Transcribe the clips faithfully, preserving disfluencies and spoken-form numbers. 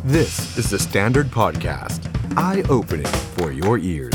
This is the Standard Podcast. Eye-opening for your ears.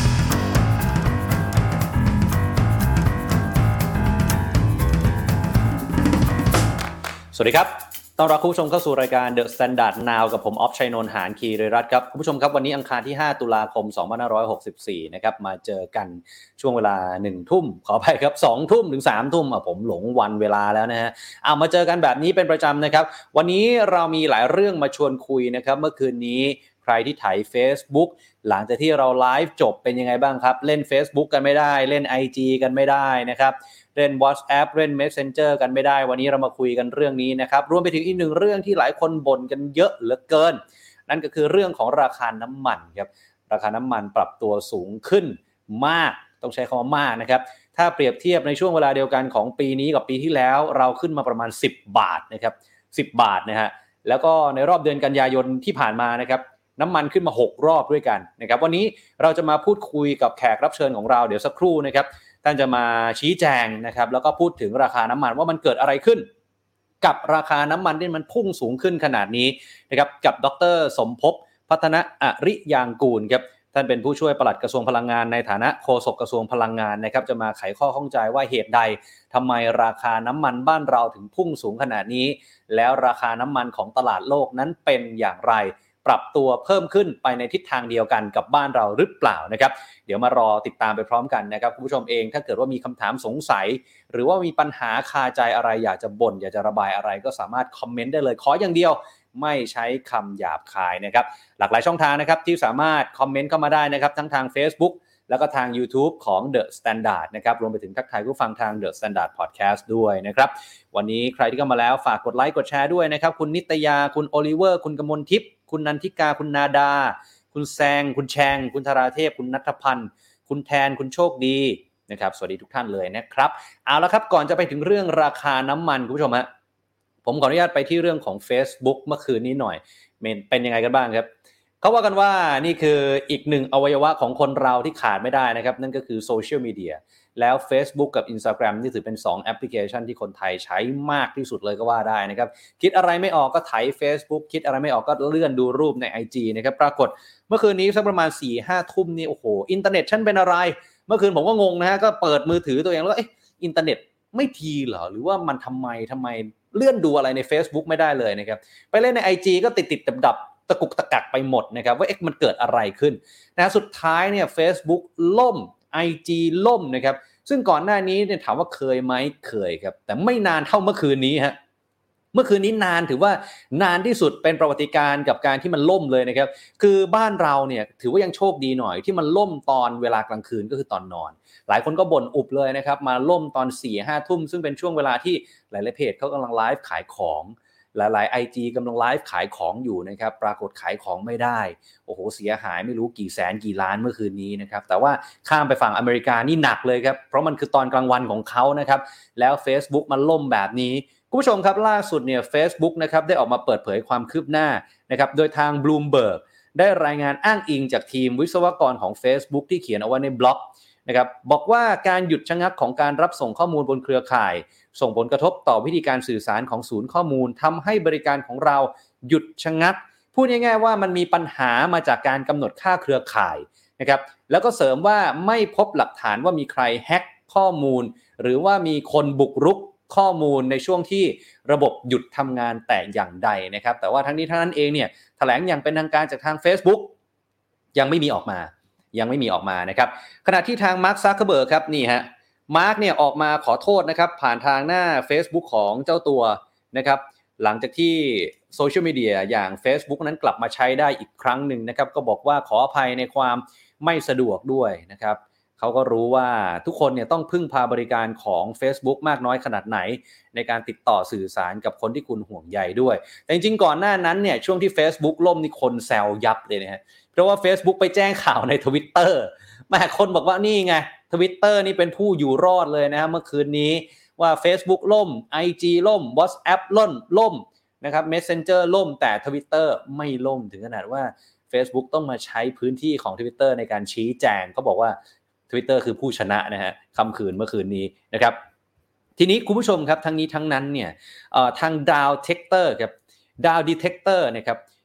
สวัสดีครับต้อนรับคุณผู้ชมเข้าสู่รายการ The Standard Now กับผมออฟชัยนนท์หานคีรีรัตน์ครับคุณผู้ชมครับวันนี้อังคารที่ห้าตุลาคมสองพันห้าร้อยหกสิบสี่นะครับมาเจอกันช่วงเวลาหนึ่งทุ่มขออภัยครับสองทุ่มถึงสามทุ่มอ่ะผมหลงวันเวลาแล้วนะฮะเอามาเจอกันแบบนี้เป็นประจำนะครับวันนี้เรามีหลายเรื่องมาชวนคุยนะครับเมื่อคืนนี้ใครที่ถ่าย Facebook หลังจากที่เราไลฟ์จบเป็นยังไงบ้างครับเล่น Facebook กันไม่ได้เล่น ไอ จี กันไม่ได้นะครับเล่น WhatsApp เล่น Messenger กันไม่ได้วันนี้เรามาคุยกันเรื่องนี้นะครับรวมไปถึงอีกหนึ่งเรื่องที่หลายคนบ่นกันเยอะเหลือเกินนั่นก็คือเรื่องของราคาน้ำมันครับราคาน้ำมันปรับตัวสูงขึ้นมากต้องใช้คำว่ามากนะครับถ้าเปรียบเทียบในช่วงเวลาเดียวกันของปีนี้กับปีที่แล้วเราขึ้นมาประมาณสิบบาทนะครับสิบบาทนะฮะแล้วก็ในรอบเดือนกันยายนที่ผ่านมานะครับน้ำมันขึ้นมาหกรอบด้วยกันนะครับวันนี้เราจะมาพูดคุยกับแขกรับเชิญของเราเดี๋ยวสักครู่นะครับท่านจะมาชี้แจงนะครับแล้วก็พูดถึงราคาน้ำมันว่ามันเกิดอะไรขึ้นกับราคาน้ำมันที่มันพุ่งสูงขึ้นขนาดนี้นะครับกับดร.สมภพพัฒนอริยางกูลครับท่านเป็นผู้ช่วยปลัดกระทรวงพลังงานในฐานะโฆษกกระทรวงพลังงานนะครับจะมาไขข้อข้องใจว่าเหตุใดทำไมราคาน้ำมันบ้านเราถึงพุ่งสูงขนาดนี้แล้วราคาน้ำมันของตลาดโลกนั้นเป็นอย่างไรปรับตัวเพิ่มขึ้นไปในทิศทางเดียวกันกับบ้านเราหรือเปล่านะครับเดี๋ยวมารอติดตามไปพร้อมกันนะครับคุณผู้ชมเองถ้าเกิดว่ามีคำถามสงสัยหรือว่ามีปัญหาคาใจอะไรอยากจะบ่นอยากจะระบายอะไรก็สามารถคอมเมนต์ได้เลยขออย่างเดียวไม่ใช้คำหยาบคายนะครับหลากหลายช่องทางนะครับที่สามารถคอมเมนต์เข้ามาได้นะครับทั้งทาง Facebook แล้วก็ทาง YouTube ของ The Standard นะครับรวมไปถึงทักทายผู้ฟังทาง The Standard Podcast ด้วยนะครับวันนี้ใครที่เข้ามาแล้วฝากกดไลค์กดแชร์ด้วยนะครับคุณนิตยาคุณโอลิเวอร์คุณกมลทิพย์คุณนันทิกาคุณนาดาคุณแซงคุณแชงคุณธราเทพคุณณัฐพันธ์คุณแทนคุณโชคดีนะครับสวัสดีทุกท่านเลยนะครับเอาละครับก่อนจะไปถึงเรื่องราคาน้ำมันคุณผู้ชมฮะผมขออนุญาตไปที่เรื่องของ Facebook เมื่อคืนนี้หน่อยเป็นยังไงกันบ้างครับเขาว่ากันว่านี่คืออีกหนึ่งอวัยวะของคนเราที่ขาดไม่ได้นะครับนั่นก็คือโซเชียลมีเดียแล้ว Facebook กับ Instagram นี่ถือเป็นสองแอปพลิเคชันที่คนไทยใช้มากที่สุดเลยก็ว่าได้นะครับคิดอะไรไม่ออกก็ไถ Facebook คิดอะไรไม่ออกก็เลื่อนดูรูปใน ไอ จี นะครับปรากฏเมื่อคืนนี้สักประมาณ สี่ห้า ทุ่มนี่โอ้โหอินเทอร์เน็ตฉันเป็นอะไรเมื่อคืนผมก็งงนะฮะก็เปิดมือถือตัวเองแล้วเอ๊ะอินเทอร์เน็ตไม่ทีเหรอหรือว่ามันทำไมทำไมเลื่อนดูอะไรใน Facebook ไม่ได้เลยนะครับไปเล่นใน ไอ จี ก็ติดๆดับๆตะกุกตะกักไปหมดนะครับว่าเอ๊ะมันเกิดอะไรขึ้นนะสุดท้ายเนี่ย Facebook ล่ม ไอ จี ล่มนะครับซึ่งก่อนหน้านี้เนี่ยถามว่าเคยไหมเคยครับแต่ไม่นานเท่าเมื่อคืนนี้ฮะเมื่อคืนนี้นานถือว่านานที่สุดเป็นประวัติการณ์กับการที่มันล่มเลยนะครับคือบ้านเราเนี่ยถือว่ายังโชคดีหน่อยที่มันล่มตอนเวลากลางคืนก็คือตอนนอนหลายคนก็บ่นอุบเลยนะครับมาล่มตอน สี่ห้า ทุ่มซึ่งเป็นช่วงเวลาที่หลายๆเพจเขากำลังไลฟ์ขายของหลายๆ ไอ จี กำลังไลฟ์ขายของอยู่นะครับปรากฏขายของไม่ได้โอ้โหเสียหายไม่รู้กี่แสนกี่ล้านเมื่อคืนนี้นะครับแต่ว่าข้ามไปฝั่งอเมริกานี่หนักเลยครับเพราะมันคือตอนกลางวันของเขานะครับแล้ว Facebook มันล่มแบบนี้คุณผู้ชมครับล่าสุดเนี่ย Facebook นะครับได้ออกมาเปิดเผยความคืบหน้านะครับโดยทาง Bloomberg ได้รายงานอ้างอิงจากทีมวิศวกรของ Facebook ที่เขียนเอาไว้ในบล็อกนะครับบอกว่าการหยุดชะงักของการรับส่งข้อมูลบนเครือข่ายส่งผลกระทบต่อวิธีการสื่อสารของศูนย์ข้อมูลทำให้บริการของเราหยุดชะงักพูดง่ายๆว่ามันมีปัญหามาจากการกำหนดค่าเครือข่ายนะครับแล้วก็เสริมว่าไม่พบหลักฐานว่ามีใครแฮ็กข้อมูลหรือว่ามีคนบุกรุกข้อมูลในช่วงที่ระบบหยุดทำงานแต่อย่างใดนะครับแต่ว่าทั้งนี้ทั้งนั้นเองเนี่ยแถลงอย่างเป็นทางการจากทาง Facebook ยังไม่มีออกมายังไม่มีออกมานะครับขณะที่ทางมาร์ค ซักเคอร์เบิร์กครับนี่ฮะมาร์คเนี่ยออกมาขอโทษนะครับผ่านทางหน้า Facebook ของเจ้าตัวนะครับหลังจากที่โซเชียลมีเดียอย่าง Facebook นั้นกลับมาใช้ได้อีกครั้งหนึ่งนะครับก็บอกว่าขออภัยในความไม่สะดวกด้วยนะครับเขาก็รู้ว่าทุกคนเนี่ยต้องพึ่งพาบริการของ Facebook มากน้อยขนาดไหนในการติดต่อสื่อสารกับคนที่คุณห่วงใยด้วยแต่จริงๆก่อนหน้านั้นเนี่ยช่วงที่ Facebook ล่มนี่คนแซวยับเลยนะฮะเพราะว่า Facebook ไปแจ้งข่าวใน Twitter แม่คนบอกว่านี่ไง Twitter นี่เป็นผู้อยู่รอดเลยนะฮะเมื่อคืนนี้ว่า Facebook ล่ม ไอ จี ล่ม WhatsApp ล่มล่มนะครับ Messenger ล่มแต่ Twitter ไม่ล่มถึงขนาดว่า Facebook ต้องมาใช้พื้นที่ของ Twitter ในการชี้แจงเขาบอกว่า Twitter คือผู้ชนะนะฮะค่ำคืนเมื่อคืนนี้นะครับทีนี้คุณผู้ชมครับทั้งนี้ทั้งนั้นเนี่ยเอ่อทาง Dow Detector ครับ Dow Detector นะครับ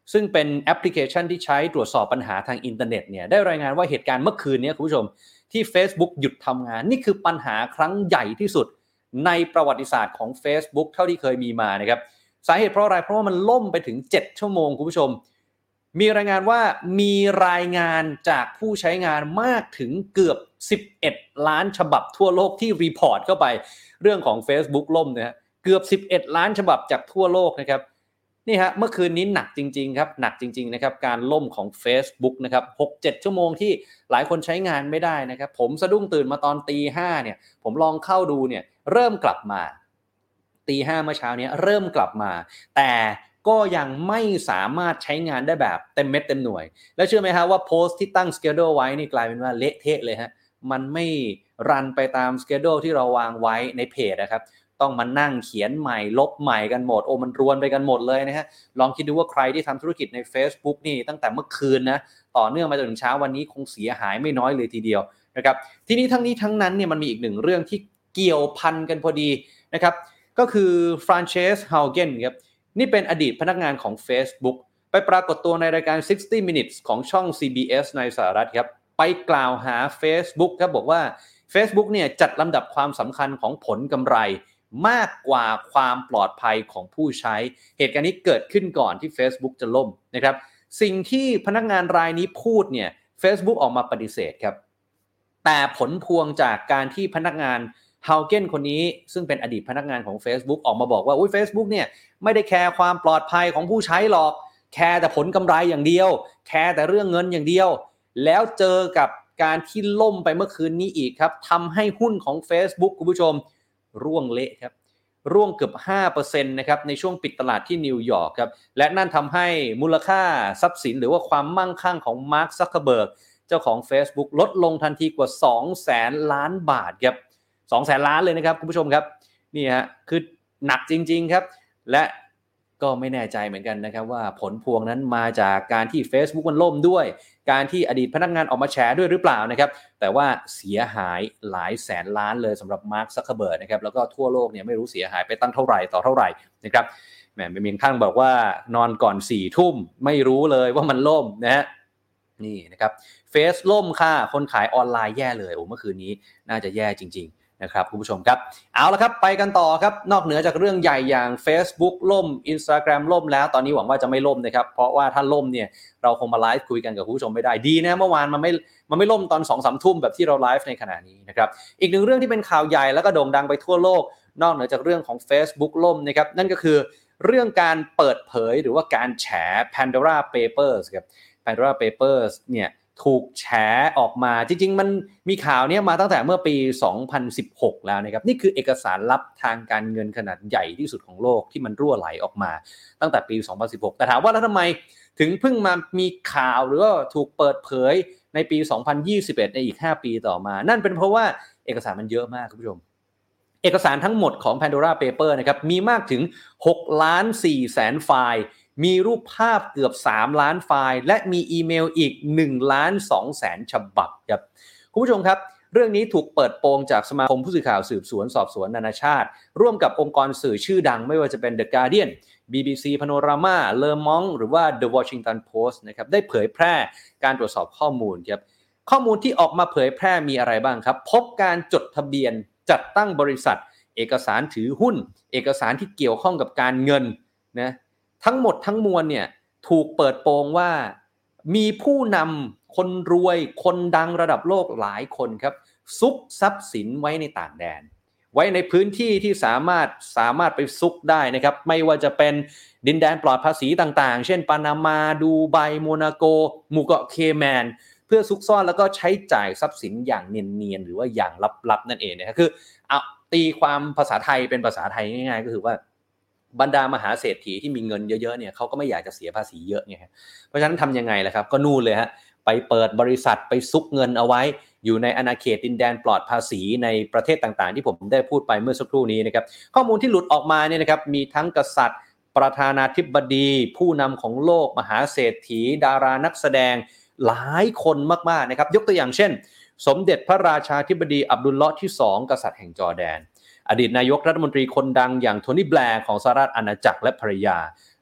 ซึ่งเป็นแอปพลิเคชันที่ใช้ตรวจสอบปัญหาทางอินเทอร์เน็ตเนี่ยได้รายงานว่าเหตุการณ์เมื่อคืนนี้คุณผู้ชมที่ Facebook หยุดทำงานนี่คือปัญหาครั้งใหญ่ที่สุดในประวัติศาสตร์ของ Facebook เท่าที่เคยมีมานะครับสาเหตุเพราะอะไรเพราะว่ามันล่มไปถึงเจ็ดชั่วโมงคุณผู้ชมมีรายงานว่ามีรายงานจากผู้ใช้งานมากถึงเกือบสิบเอ็ดล้านฉบับทั่วโลกที่รีพอร์ตเข้าไปเรื่องของ Facebook ล่มนะฮะเกือบสิบเอ็ดล้านฉบับจากทั่วโลกนะครับนี่ฮะเมื่อคืนนี้หนักจริงๆครับหนักจริงๆนะครับการล่มของ Facebook นะครับ หกเจ็ด ชั่วโมงที่หลายคนใช้งานไม่ได้นะครับผมสะดุ้งตื่นมาตอนตีห้าเนี่ยผมลองเข้าดูเนี่ยเริ่มกลับมาตีห้าเมื่อเช้านี้เริ่มกลับมาแต่ก็ยังไม่สามารถใช้งานได้แบบเต็มเม็ดเต็มหน่วยแล้วเชื่อไหมฮะว่าโพสต์ที่ตั้ง schedule ไว้นี่กลายเป็นว่าเละเทะเลยฮะมันไม่รันไปตาม schedule ที่เราวางไว้ในเพจนะครับต้องมานั่งเขียนใหม่ลบใหม่กันหมดโอ้มันรวนไปกันหมดเลยนะฮะลองคิดดูว่าใครที่ทำธุรกิจใน Facebook นี่ตั้งแต่เมื่อคืนนะต่อเนื่องมาจนถึงเช้าวันนี้คงเสียหายไม่น้อยเลยทีเดียวนะครับทีนี้ทั้งนี้ทั้งนั้นเนี่ยมันมีอีกหนึ่งเรื่องที่เกี่ยวพันกันพอดีนะครับก็คือฟรานเชส ฮาวเกนครับนี่เป็นอดีตพนักงานของ Facebook ไปปรากฏตัวในรายการ sixty minutes ของช่อง ซี บี เอส ในสหรัฐครับไปกล่าวหา Facebook ครับบอกว่า Facebook เนี่ยจัดลำดับความสำคัญของผลกำไรมากกว่าความปลอดภัยของผู้ใช้เหตุการณ์นี้เกิดขึ้นก่อนที่ Facebook จะล่มนะครับสิ่งที่พนักงานรายนี้พูดเนี่ย Facebook ออกมาปฏิเสธครับแต่ผลพวงจากการที่พนักงานฮาวเกนคนนี้ซึ่งเป็นอดีตพนักงานของ Facebook ออกมาบอกว่าอุ๊ย Facebook เนี่ยไม่ได้แคร์ความปลอดภัยของผู้ใช้หรอกแคร์แต่ผลกำไรอย่างเดียวแคร์แต่เรื่องเงินอย่างเดียวแล้วเจอกับการที่ล่มไปเมื่อคืนนี้อีกครับทำให้หุ้นของ Facebook คุณผู้ชมร่วงเละครับร่วงเกือบ ห้าเปอร์เซ็นต์ นะครับในช่วงปิดตลาดที่นิวยอร์กครับและนั่นทำให้มูลค่าทรัพย์สินหรือว่าความมั่งคั่งของมาร์ค ซักเคอร์เบิร์กเจ้าของ Facebook ลดลงทันทีกว่า สองแสน ล้านบาทครับสองแสนล้านเลยนะครับคุณผู้ชมครับนี่ฮะคือหนักจริงๆครับและก็ไม่แน่ใจเหมือนกันนะครับว่าผลพวงนั้นมาจากการที่ Facebook มันล่มด้วยการที่อดีตพนักงานออกมาแฉด้วยหรือเปล่านะครับแต่ว่าเสียหายหลายแสนล้านเลยสำหรับมาร์ค ซักเคอร์เบิร์กนะครับแล้วก็ทั่วโลกเนี่ยไม่รู้เสียหายไปตั้งเท่าไหร่ต่อเท่าไหร่นะครับแหมมีข้างบอกว่านอนก่อนสี่ทุ่มไม่รู้เลยว่ามันล่มนะฮะนี่นะครับเฟซล่มค่ะคนขายออนไลน์แย่เลยโอ้เมื่อคืนนี้น่าจะแย่จริงๆนะครับคุณผู้ชมครับเอาละครับไปกันต่อครับนอกเหนือจากเรื่องใหญ่อย่าง Facebook ล่ม Instagram ล่มแล้วตอนนี้หวังว่าจะไม่ล่มนะครับเพราะว่าถ้าล่มเนี่ยเราคงมาไลฟ์คุยกันกับคุณผู้ชมไม่ได้ดีนะเมื่อวานมันไม่มันไม่ล่มตอน สองสาม ทุ่มแบบที่เราไลฟ์ในขณะนี้นะครับอีกหนึ่งเรื่องที่เป็นข่าวใหญ่แล้วก็โด่งดังไปทั่วโลกนอกเหนือจากเรื่องของ Facebook ล่มนะครับนั่นก็คือเรื่องการเปิดเผยหรือว่าการแฉ Pandora Papers ครับ Pandora Papers เนี่ยถูกแฉออกมาจริงๆมันมีข่าวนี้มาตั้งแต่เมื่อปีสองพันสิบหกแล้วนะครับนี่คือเอกสารลับทางการเงินขนาดใหญ่ที่สุดของโลกที่มันรั่วไหลออกมาตั้งแต่ปีสองพันสิบหกแต่ถามว่าแล้วทำไมถึงเพิ่งมามีข่าวหรือว่าถูกเปิดเผยในปีสองพันยี่สิบเอ็ดในอีกห้าปีต่อมานั่นเป็นเพราะว่าเอกสารมันเยอะมากคุณผู้ชมเอกสารทั้งหมดของ Pandora Paper นะครับมีมากถึงหกล้านสี่แสนไฟล์มีรูปภาพเกือบสามล้านไฟล์และมีอีเมลอีกหนึ่งล้านสองแสนฉบับครับคุณผู้ชมครับเรื่องนี้ถูกเปิดโปงจากสมาคมผู้สื่อข่าวสืบสวนสอบสวนนานาชาติร่วมกับองค์กรสื่อชื่อดังไม่ว่าจะเป็น The Guardian บี บี ซี Panorama Le Monde หรือว่า The Washington Post นะครับได้เผยแพร่การตรวจสอบข้อมูลครับข้อมูลที่ออกมาเผยแพร่มีอะไรบ้างครับพบการจดทะเบียนจัดตั้งบริษัทเอกสารถือหุ้นเอกสารที่เกี่ยวข้องกับการเงินนะทั้งหมดทั้งมวลเนี่ยถูกเปิดโปงว่ามีผู้นำคนรวยคนดังระดับโลกหลายคนครับซุกทรัพย์สินไว้ในต่างแดนไว้ในพื้นที่ที่สามารถสามารถไปซุกได้นะครับไม่ว่าจะเป็นดินแดนปลอดภาษีต่างๆเช่นปานามาดูไบโมนาโกหมู่เกาะเคแมนเพื่อซุกซ่อนแล้วก็ใช้จ่ายทรัพย์สินอย่างเนียนๆหรือว่าอย่างลับๆนั่นเองนะครับคือเอาตีความภาษาไทยเป็นภาษาไทยง่ายๆก็คือว่าบรรดามหาเศรษฐีที่มีเงินเยอะๆเนี่ยเขาก็ไม่อยากจะเสียภาษีเยอะไงครับเพราะฉะนั้นทำยังไงล่ะครับก็นู่นเลยฮะไปเปิดบริษัทไปซุกเงินเอาไว้อยู่ในอาณาเขตดินแดนปลอดภาษีในประเทศต่างๆที่ผมได้พูดไปเมื่อสักครู่นี้นะครับข้อมูลที่หลุดออกมาเนี่ยนะครับมีทั้งกษัตริย์ประธานาธิบดีผู้นำของโลกมหาเศรษฐีดารานักแสดงหลายคนมากๆนะครับยกตัวอย่างเช่นสมเด็จพระราชาธิบดีอับดุลเลาะห์ที่สองกษัตริย์แห่งจอร์แดนอดีตนายกรัฐมนตรีคนดังอย่างโทนี่แบร์ของสหรัฐอาณาจักรและภรรยา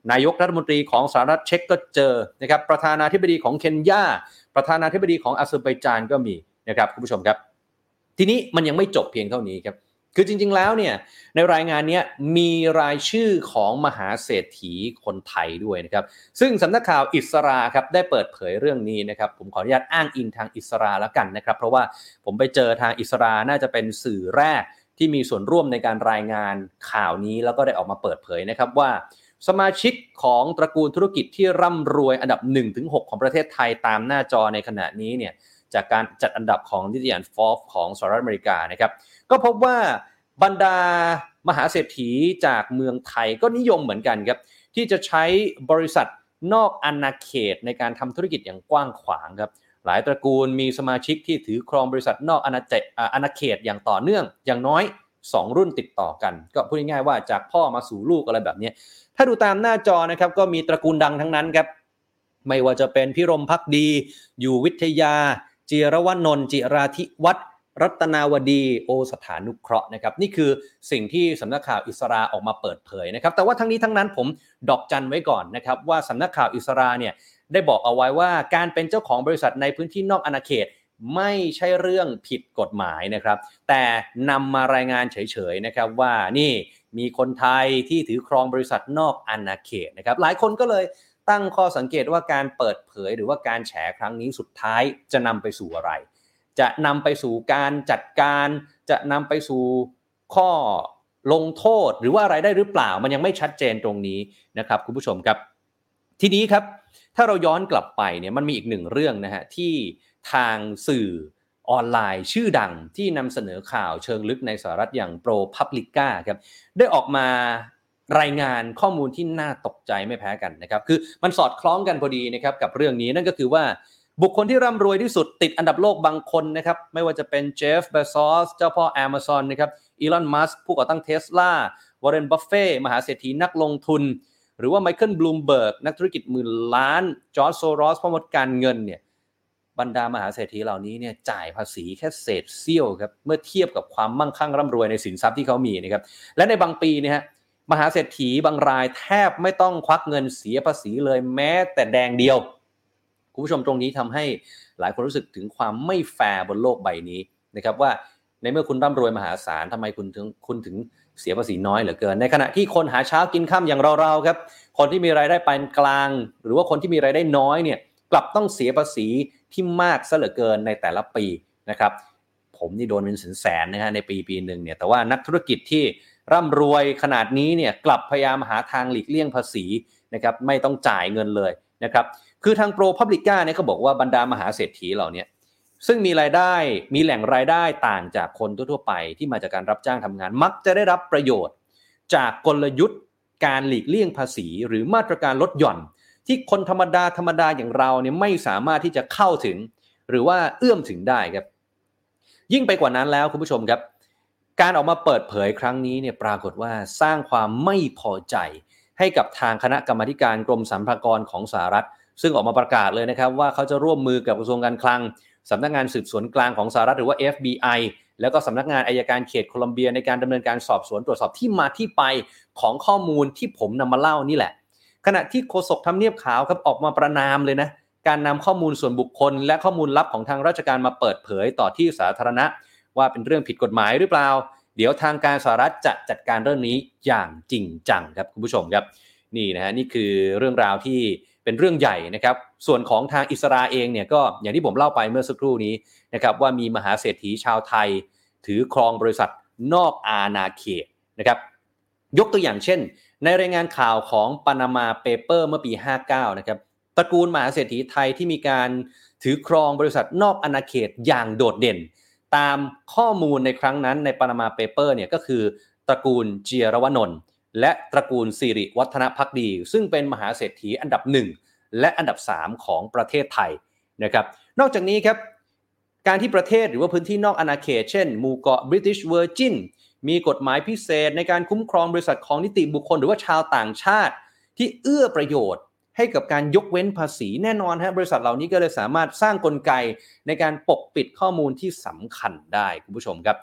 นายกรัฐมนตรีของสหรัฐเช็กก็เจอนะครับประธานาธิบดีของเคนยาประธานาธิบดีของอาเซอร์ไบจานก็มีนะครับคุณผู้ชมครับทีนี้มันยังไม่จบเพียงเท่านี้ครับคือจริงๆแล้วเนี่ยในรายงานนี้มีรายชื่อของมหาเศรษฐีคนไทยด้วยนะครับซึ่งสำนักข่าวอิสราครับได้เปิดเผยเรื่องนี้นะครับผมขออนุญาตอ้างอิงทางอิสราแล้วกันนะครับเพราะว่าผมไปเจอทางอิสราน่าจะเป็นสื่อแรกที่มีส่วนร่วมในการรายงานข่าวนี้แล้วก็ได้ออกมาเปิดเผยนะครับว่าสมาชิกของตระกูลธุรกิจที่ร่ำรวยอันดับ หนึ่งถึงหก ของประเทศไทยตามหน้าจอในขณะนี้เนี่ยจากการจัดอันดับของนิตยสาร Forbes ของสหรัฐอเมริกานะครับก็พบว่าบรรดามหาเศรษฐีจากเมืองไทยก็นิยมเหมือนกันครับที่จะใช้บริษัทนอกอาณาเขตในการทำธุรกิจอย่างกว้างขวางครับหลายตระกูลมีสมาชิกที่ถือครองบริษัทนอกอาณาจักรอาณาเขตอย่างต่อเนื่องอย่างน้อยสองรุ่นติดต่อกันก็พูดง่ายๆว่าจากพ่อมาสู่ลูกอะไรแบบนี้ถ้าดูตามหน้าจอนะครับก็มีตระกูลดังทั้งนั้นครับไม่ว่าจะเป็นพิรมภักดีอยู่วิทยาจิรวนนท์จิราธิวัฒน์รัตนาวดีโอสถานุเคราะห์นะครับนี่คือสิ่งที่สำนักข่าวอิสราออกมาเปิดเผยนะครับแต่ว่าทั้งนี้ทั้งนั้นผมดอกจันไว้ก่อนนะครับว่าสำนักข่าวอิสราเนี่ยได้บอกเอาไว้ว่าการเป็นเจ้าของบริษัทในพื้นที่นอกอาณาเขตไม่ใช่เรื่องผิดกฎหมายนะครับแต่นำมารายงานเฉยๆนะครับว่านี่มีคนไทยที่ถือครองบริษัทนอกอาณาเขตนะครับหลายคนก็เลยตั้งข้อสังเกตว่าการเปิดเผยหรือว่าการแฉครั้งนี้สุดท้ายจะนำไปสู่อะไรจะนำไปสู่การจัดการจะนำไปสู่ข้อลงโทษหรือว่าอะไรได้หรือเปล่ามันยังไม่ชัดเจนตรงนี้นะครับคุณผู้ชมครับทีนี้ครับถ้าเราย้อนกลับไปเนี่ยมันมีอีกหนึ่งเรื่องนะฮะที่ทางสื่อออนไลน์ชื่อดังที่นำเสนอข่าวเชิงลึกในสหรัฐอย่าง ProPublica ครับได้ออกมารายงานข้อมูลที่น่าตกใจไม่แพ้กันนะครับคือมันสอดคล้องกันพอดีนะครับกับเรื่องนี้นั่นก็คือว่าบุคคลที่ร่ำรวยที่สุดติดอันดับโลกบางคนนะครับไม่ว่าจะเป็นเจฟเบซอสเจ้าพ่อ Amazon นะครับอีลอนมัสก์ผู้ก่อตั้ง Tesla วอร์เรนบัฟเฟ่ต์มหาเศรษฐีนักลงทุนหรือว่าไมเคิลบลูมเบิร์กนักธุรกิจหมื่นล้านจอร์จโซรอสพ่อมดการเงินเนี่ยบรรดามหาเศรษฐีเหล่านี้เนี่ยจ่ายภาษีแค่เศษเสี้ยวครับเมื่อเทียบกับความมั่งคั่งร่ำรวยในสินทรัพย์ที่เขามีนะครับและในบางปีเนี่ยฮะมหาเศรษฐีบางรายแทบไม่ต้องควักเงินเสียภาษีเลยแม้แต่แดงเดียวคุณผู้ชมตรงนี้ทำให้หลายคนรู้สึกถึงความไม่แฟร์บนโลกใบนี้นะครับว่าในเมื่อคุณร่ำรวยมหาศาลทำไมคุณถึงคุณถึงเสียภาษีน้อยเหลือเกินในขณะที่คนหาเช้ากินค่ำอย่างเราๆครับคนที่มีรายได้ปานกลางหรือว่าคนที่มีรายได้น้อยเนี่ยกลับต้องเสียภาษีที่มากซะเหลือเกินในแต่ละปีนะครับผมนี่โดนเป็นแสนๆนะฮะในปีปีนึงเนี่ยแต่ว่านักธุรกิจที่ร่ำรวยขนาดนี้เนี่ยกลับพยายามหาทางหลีกเลี่ยงภาษีนะครับไม่ต้องจ่ายเงินเลยนะครับคือทาง ProPublica เนี่ยเขาบอกว่าบรรดามหาเศรษฐีเหล่านี้ซึ่งมีรายได้มีแหล่งรายได้ต่างจากคนทั่วๆไปที่มาจากการรับจ้างทำงานมักจะได้รับประโยชน์จากกลยุทธ์การหลีกเลี่ยงภาษีหรือมาตรการลดหย่อนที่คนธรรมดาธรรมดาอย่างเราเนี่ยไม่สามารถที่จะเข้าถึงหรือว่าเอื้อมถึงได้ครับยิ่งไปกว่านั้นแล้วคุณผู้ชมครับการออกมาเปิดเผยครั้งนี้เนี่ยปรากฏว่าสร้างความไม่พอใจให้กับทางคณะกรรมาธิการกรมสรรพากรของสหรัฐซึ่งออกมาประกาศเลยนะครับว่าเขาจะร่วมมือกับกระทรวงการคลังสำนักงานสืบสวนกลางของสหรัฐหรือว่า เอฟ บี ไอ แล้วก็สำนักงานอัยการเขตโคลัมเบียในการดำเนินการสอบสวนตรวจสอบที่มาที่ไปของข้อมูลที่ผมนำมาเล่านี่แหละขณะที่โฆษกทำเนียบขาวครับออกมาประณามเลยนะการนำข้อมูลส่วนบุคคลและข้อมูลลับของทางราชการมาเปิดเผยต่อที่สาธารณะว่าเป็นเรื่องผิดกฎหมายหรือเปล่าเดี๋ยวทางการสหรัฐจะจัดการเรื่องนี้อย่างจริงจังครับคุณผู้ชมครับนี่นะฮะนี่คือเรื่องราวที่เป็นเรื่องใหญ่นะครับส่วนของทางอิสราเอลเนี่ยก็อย่างที่ผมเล่าไปเมื่อสักครู่นี้นะครับว่ามีมหาเศรษฐีชาวไทยถือครองบริษัทนอกอาณาเขตนะครับยกตัวอย่างเช่นในรายงานข่าวของ Panama Paper เมื่อปีห้าเก้านะครับตระกูลมหาเศรษฐีไทยที่มีการถือครองบริษัทนอกอาณาเขตอย่างโดดเด่นตามข้อมูลในครั้งนั้นใน Panama Paper เนี่ยก็คือตระกูลจิรวนนท์และตระกูลสิริวัฒนภักดีซึ่งเป็นมหาเศรษฐีอันดับหนึ่งและอันดับสามของประเทศไทยนะครับนอกจากนี้ครับการที่ประเทศหรือว่าพื้นที่นอกอาณาเขตเช่นหมู่เกาะ British Virgin มีกฎหมายพิเศษในการคุ้มครองบริษัทของนิติบุคคลหรือว่าชาวต่างชาติที่เอื้อประโยชน์ให้กับการยกเว้นภาษีแน่นอนฮะบริษัทเหล่านี้ก็เลยสามารถสร้างกลไกในการปกปิดข้อมูลที่สำคัญได้คุณผู้ชมครับ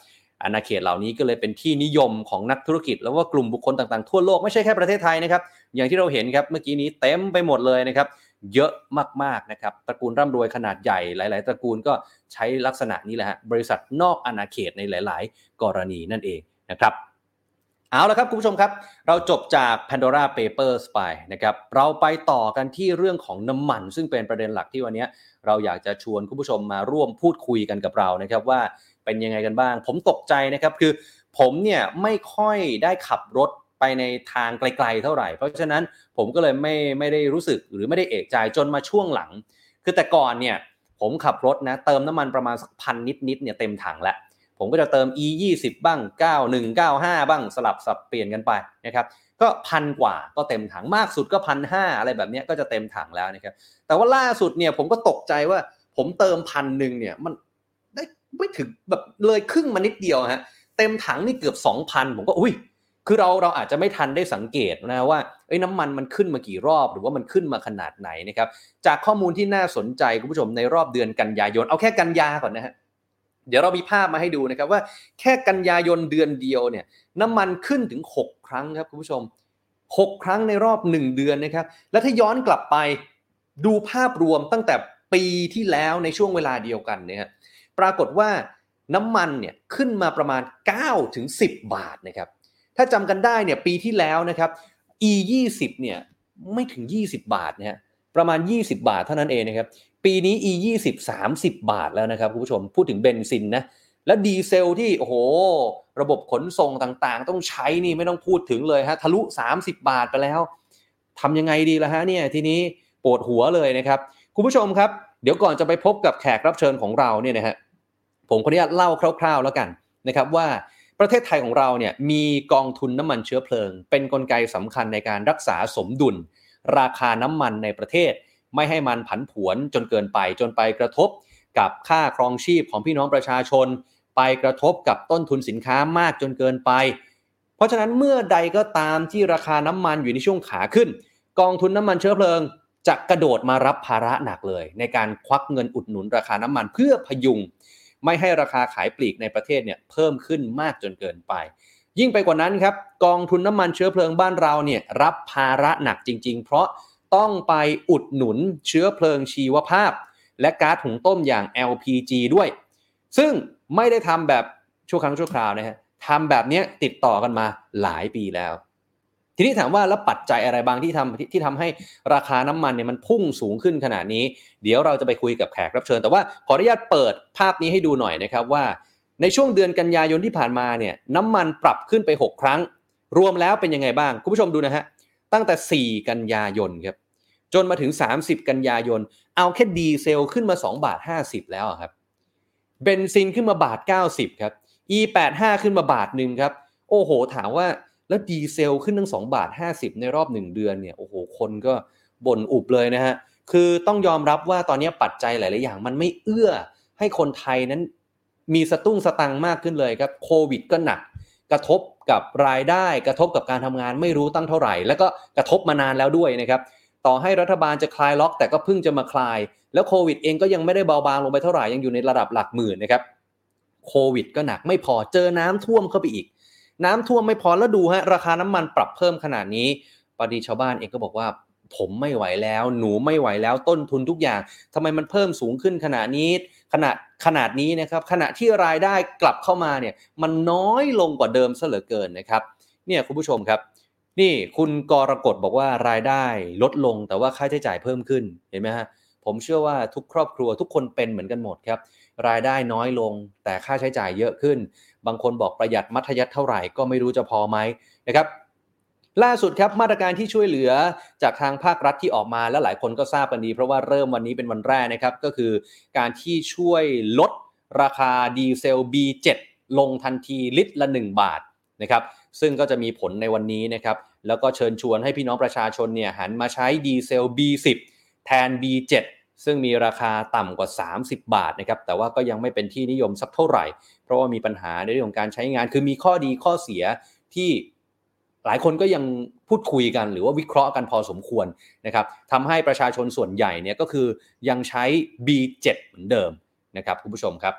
อาณาเขตเหล่านี้ก็เลยเป็นที่นิยมของนักธุรกิจแล้วก็กลุ่มบุคคลต่างๆทั่วโลกไม่ใช่แค่ประเทศไทยนะครับอย่างที่เราเห็นครับเมื่อกี้นี้เต็มไปหมดเลยนะครับเยอะมากๆนะครับตระกูลร่ำรวยขนาดใหญ่หลายๆตระกูลก็ใช้ลักษณะนี้แหละฮะบริษัทนอกอาณาเขตในหลายๆกรณีนั่นเองนะครับเอาละครับคุณผู้ชมครับเราจบจาก Pandora Papers ไปนะครับเราไปต่อกันที่เรื่องของน้ำมันซึ่งเป็นประเด็นหลักที่วันนี้เราอยากจะชวนคุณผู้ชมมาร่วมพูดคุยกันกับเรานะครับว่าเป็นยังไงกันบ้างผมตกใจนะครับคือผมเนี่ยไม่ค่อยได้ขับรถไปในทางไกลๆเท่าไหร่เพราะฉะนั้นผมก็เลยไม่ไม่ได้รู้สึกหรือไม่ได้เอะใจจนมาช่วงหลังคือแต่ก่อนเนี่ยผมขับรถนะเติมน้ำมันประมาณสักพันนิดๆเนี่ยเต็มถังแล้วผมก็จะเติม อี ยี่สิบ บ้างเก้าสิบเอ็ด เก้าสิบห้าบ้างสลับสับเปลี่ยนกันไปนะครับก็พันกว่าก็เต็มถังมากสุดก็ หนึ่งพันห้าร้อย อะไรแบบนี้ก็จะเต็มถังแล้วนะครับแต่ว่าล่าสุดเนี่ยผมก็ตกใจว่าผมเติมพันหนึ่งเนี่ยมันได้ไม่ถึงแบบเลยครึ่งมานิดเดียวฮะเต็มถังนี่เกือบ สองพัน ผมก็อุ้ยคือเราเราอาจจะไม่ทันได้สังเกตนะว่าเอ้ยน้ำมันมันขึ้นมากี่รอบหรือว่ามันขึ้นมาขนาดไหนนะครับจากข้อมูลที่น่าสนใจคุณผู้ชมในรอบเดือนกันยายนเอาแค่กันยาก่อนนะฮะเดี๋ยวเรามีภาพมาให้ดูนะครับว่าแค่กันยายนเดือนเดียวเนี่ยน้ำมันขึ้นถึงหกครั้งครับคุณผู้ชมหกครั้งในรอบหนึ่งเดือนนะครับแล้วถ้าย้อนกลับไปดูภาพรวมตั้งแต่ปีที่แล้วในช่วงเวลาเดียวกันเนี่ยปรากฏว่าน้ำมันเนี่ยขึ้นมาประมาณ เก้าถึงสิบ บาทนะครับถ้าจำกันได้เนี่ยปีที่แล้วนะครับ อี ยี่สิบ เนี่ยไม่ถึงยี่สิบบาทนะฮะประมาณยี่สิบบาทเท่านั้นเองนะครับปีนี้ อี ยี่สิบ สามสิบบาทแล้วนะครับคุณผู้ชมพูดถึงเบนซินนะแล้วดีเซลที่โอ้โหระบบขนส่งต่างๆต้องใช้นี่ไม่ต้องพูดถึงเลยฮะทะลุสามสิบบาทไปแล้วทำยังไงดีล่ะฮะเนี่ยทีนี้ปวดหัวเลยนะครับคุณผู้ชมครับเดี๋ยวก่อนจะไปพบกับแขกรับเชิญของเราเนี่ยนะฮะผมขออนุญาตเล่าคร่าวๆแล้วกันนะครับว่าประเทศไทยของเราเนี่ยมีกองทุนน้ำมันเชื้อเพลิงเป็นกลไกสำคัญในการรักษาสมดุลราคาน้ำมันในประเทศไม่ให้มันผันผวนจนเกินไปจนไปกระทบกับค่าครองชีพของพี่น้องประชาชนไปกระทบกับต้นทุนสินค้ามากจนเกินไปเพราะฉะนั้นเมื่อใดก็ตามที่ราคาน้ำมันอยู่ในช่วงขาขึ้นกองทุนน้ำมันเชื้อเพลิงจะกระโดดมารับภาระหนักเลยในการควักเงินอุดหนุนราคาน้ำมันเพื่อพยุงไม่ให้ราคาขายปลีกในประเทศเนี่ยเพิ่มขึ้นมากจนเกินไปยิ่งไปกว่านั้นครับกองทุนน้ำมันเชื้อเพลิงบ้านเราเนี่ยรับภาระหนักจริงๆเพราะต้องไปอุดหนุนเชื้อเพลิงชีวภาพและก๊าซหุงต้มอย่าง แอล พี จี ด้วยซึ่งไม่ได้ทำแบบชั่วครั้งชั่วคราวนะฮะทำแบบนี้ติดต่อกันมาหลายปีแล้วทีนี้ถามว่าแล้วปัจจัยอะไรบางที่ทำที่ทำให้ราคาน้ำมันเนี่ยมันพุ่งสูงขึ้นขนาดนี้เดี๋ยวเราจะไปคุยกับแขกรับเชิญแต่ว่าขออนุญาตเปิดภาพนี้ให้ดูหน่อยนะครับว่าในช่วงเดือนกันยายนที่ผ่านมาเนี่ยน้ำมันปรับขึ้นไปหกครั้งรวมแล้วเป็นยังไงบ้างคุณผู้ชมดูนะฮะตั้งแต่สี่กันยายนครับจนมาถึงสามสิบกันยายนเอาแค่ดีเซลขึ้นมาสองบาทห้าสิบแล้วครับเบนซินขึ้นมาบาทเก้าสิบครับ อี แปดสิบห้า ขึ้นมาบาทนึงครับโอ้โหถามว่าแล้วดีเซลขึ้นทั้งสองบาทห้าสิบในรอบหนึ่งเดือนเนี่ยโอ้โหคนก็บ่นอุบเลยนะฮะคือต้องยอมรับว่าตอนนี้ปัจจัยหลายๆอย่างมันไม่เอื้อให้คนไทยนั้นมีสตุ้งสตังค์มากขึ้นเลยครับโควิดก็หนักกระทบกับรายได้กระทบกับการทำงานไม่รู้ตั้งเท่าไหร่แล้วก็กระทบมานานแล้วด้วยนะครับต่อให้รัฐบาลจะคลายล็อกแต่ก็เพิ่งจะมาคลายแล้วโควิดเองก็ยังไม่ได้เบาบางลงไปเท่าไหร่ยังอยู่ในระดับหลักหมื่นนะครับโควิดก็หนักไม่พอเจอน้ำท่วมเข้าไปอีกน้ำท่วมไม่พอแล้วดูฮะราคาน้ำมันปรับเพิ่มขนาดนี้ปดีชาวบ้านเองก็บอกว่าผมไม่ไหวแล้วหนูไม่ไหวแล้วต้นทุนทุกอย่างทำไมมันเพิ่มสูงขึ้นขนาดนี้ขนาดขนาดนี้นะครับขณะที่รายได้กลับเข้ามาเนี่ยมันน้อยลงกว่าเดิมซะเหลือเกินนะครับเนี่ยคุณผู้ชมครับนี่คุณกรกฎบอกว่ารายได้ลดลงแต่ว่าค่าใช้จ่ายเพิ่มขึ้นเห็นไหมฮะผมเชื่อว่าทุกครอบครัวทุกคนเป็นเหมือนกันหมดครับรายได้น้อยลงแต่ค่าใช้จ่ายเยอะขึ้นบางคนบอกประหยัดมัธยัสถ์เท่าไหร่ก็ไม่รู้จะพอไหมนะครับล่าสุดครับมาตรการที่ช่วยเหลือจากทางภาครัฐที่ออกมาและหลายคนก็ทราบกันดีเพราะว่าเริ่มวันนี้เป็นวันแรกนะครับก็คือการที่ช่วยลดราคาดีเซล บี เจ็ด ลงทันทีลิตรละหนึ่งบาทนะครับซึ่งก็จะมีผลในวันนี้นะครับแล้วก็เชิญชวนให้พี่น้องประชาชนเนี่ยหันมาใช้ดีเซล บี สิบ แทน บี เจ็ด ซึ่งมีราคาต่ำกว่าสามสิบบาทนะครับแต่ว่าก็ยังไม่เป็นที่นิยมสักเท่าไหร่เพราะว่ามีปัญหาในเรื่องของการใช้งานคือมีข้อดีข้อเสียที่หลายคนก็ยังพูดคุยกันหรือว่าวิเคราะห์กันพอสมควรนะครับทำให้ประชาชนส่วนใหญ่เนี่ยก็คือยังใช้ บี เจ็ด เหมือนเดิมนะครับคุณผู้ชมครับ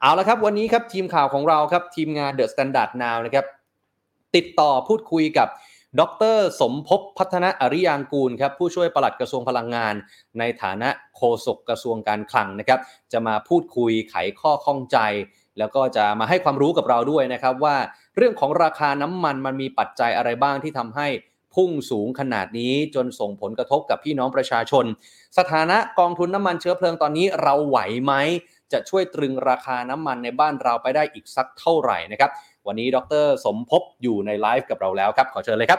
เอาละครับวันนี้ครับทีมข่าวของเราครับทีมงาน The Standard Now นะครับติดต่อพูดคุยกับดร.สมภพพัฒนอริยางกูลครับผู้ช่วยปลัดกระทรวงพลังงานในฐานะโฆษกกระทรวงการคลังนะครับจะมาพูดคุยไขข้อข้องใจแล้วก็จะมาให้ความรู้กับเราด้วยนะครับว่าเรื่องของราคาน้ำมันมันมีปัจจัยอะไรบ้างที่ทำให้พุ่งสูงขนาดนี้จนส่งผลกระทบกับพี่น้องประชาชนสถานะกองทุนน้ำมันเชื้อเพลิงตอนนี้เราไหวไหมจะช่วยตรึงราคาน้ำมันในบ้านเราไปได้อีกสักเท่าไหร่นะครับวันนี้ดร.สมภพอยู่ในไลฟ์กับเราแล้วครับขอเชิญเลยครับ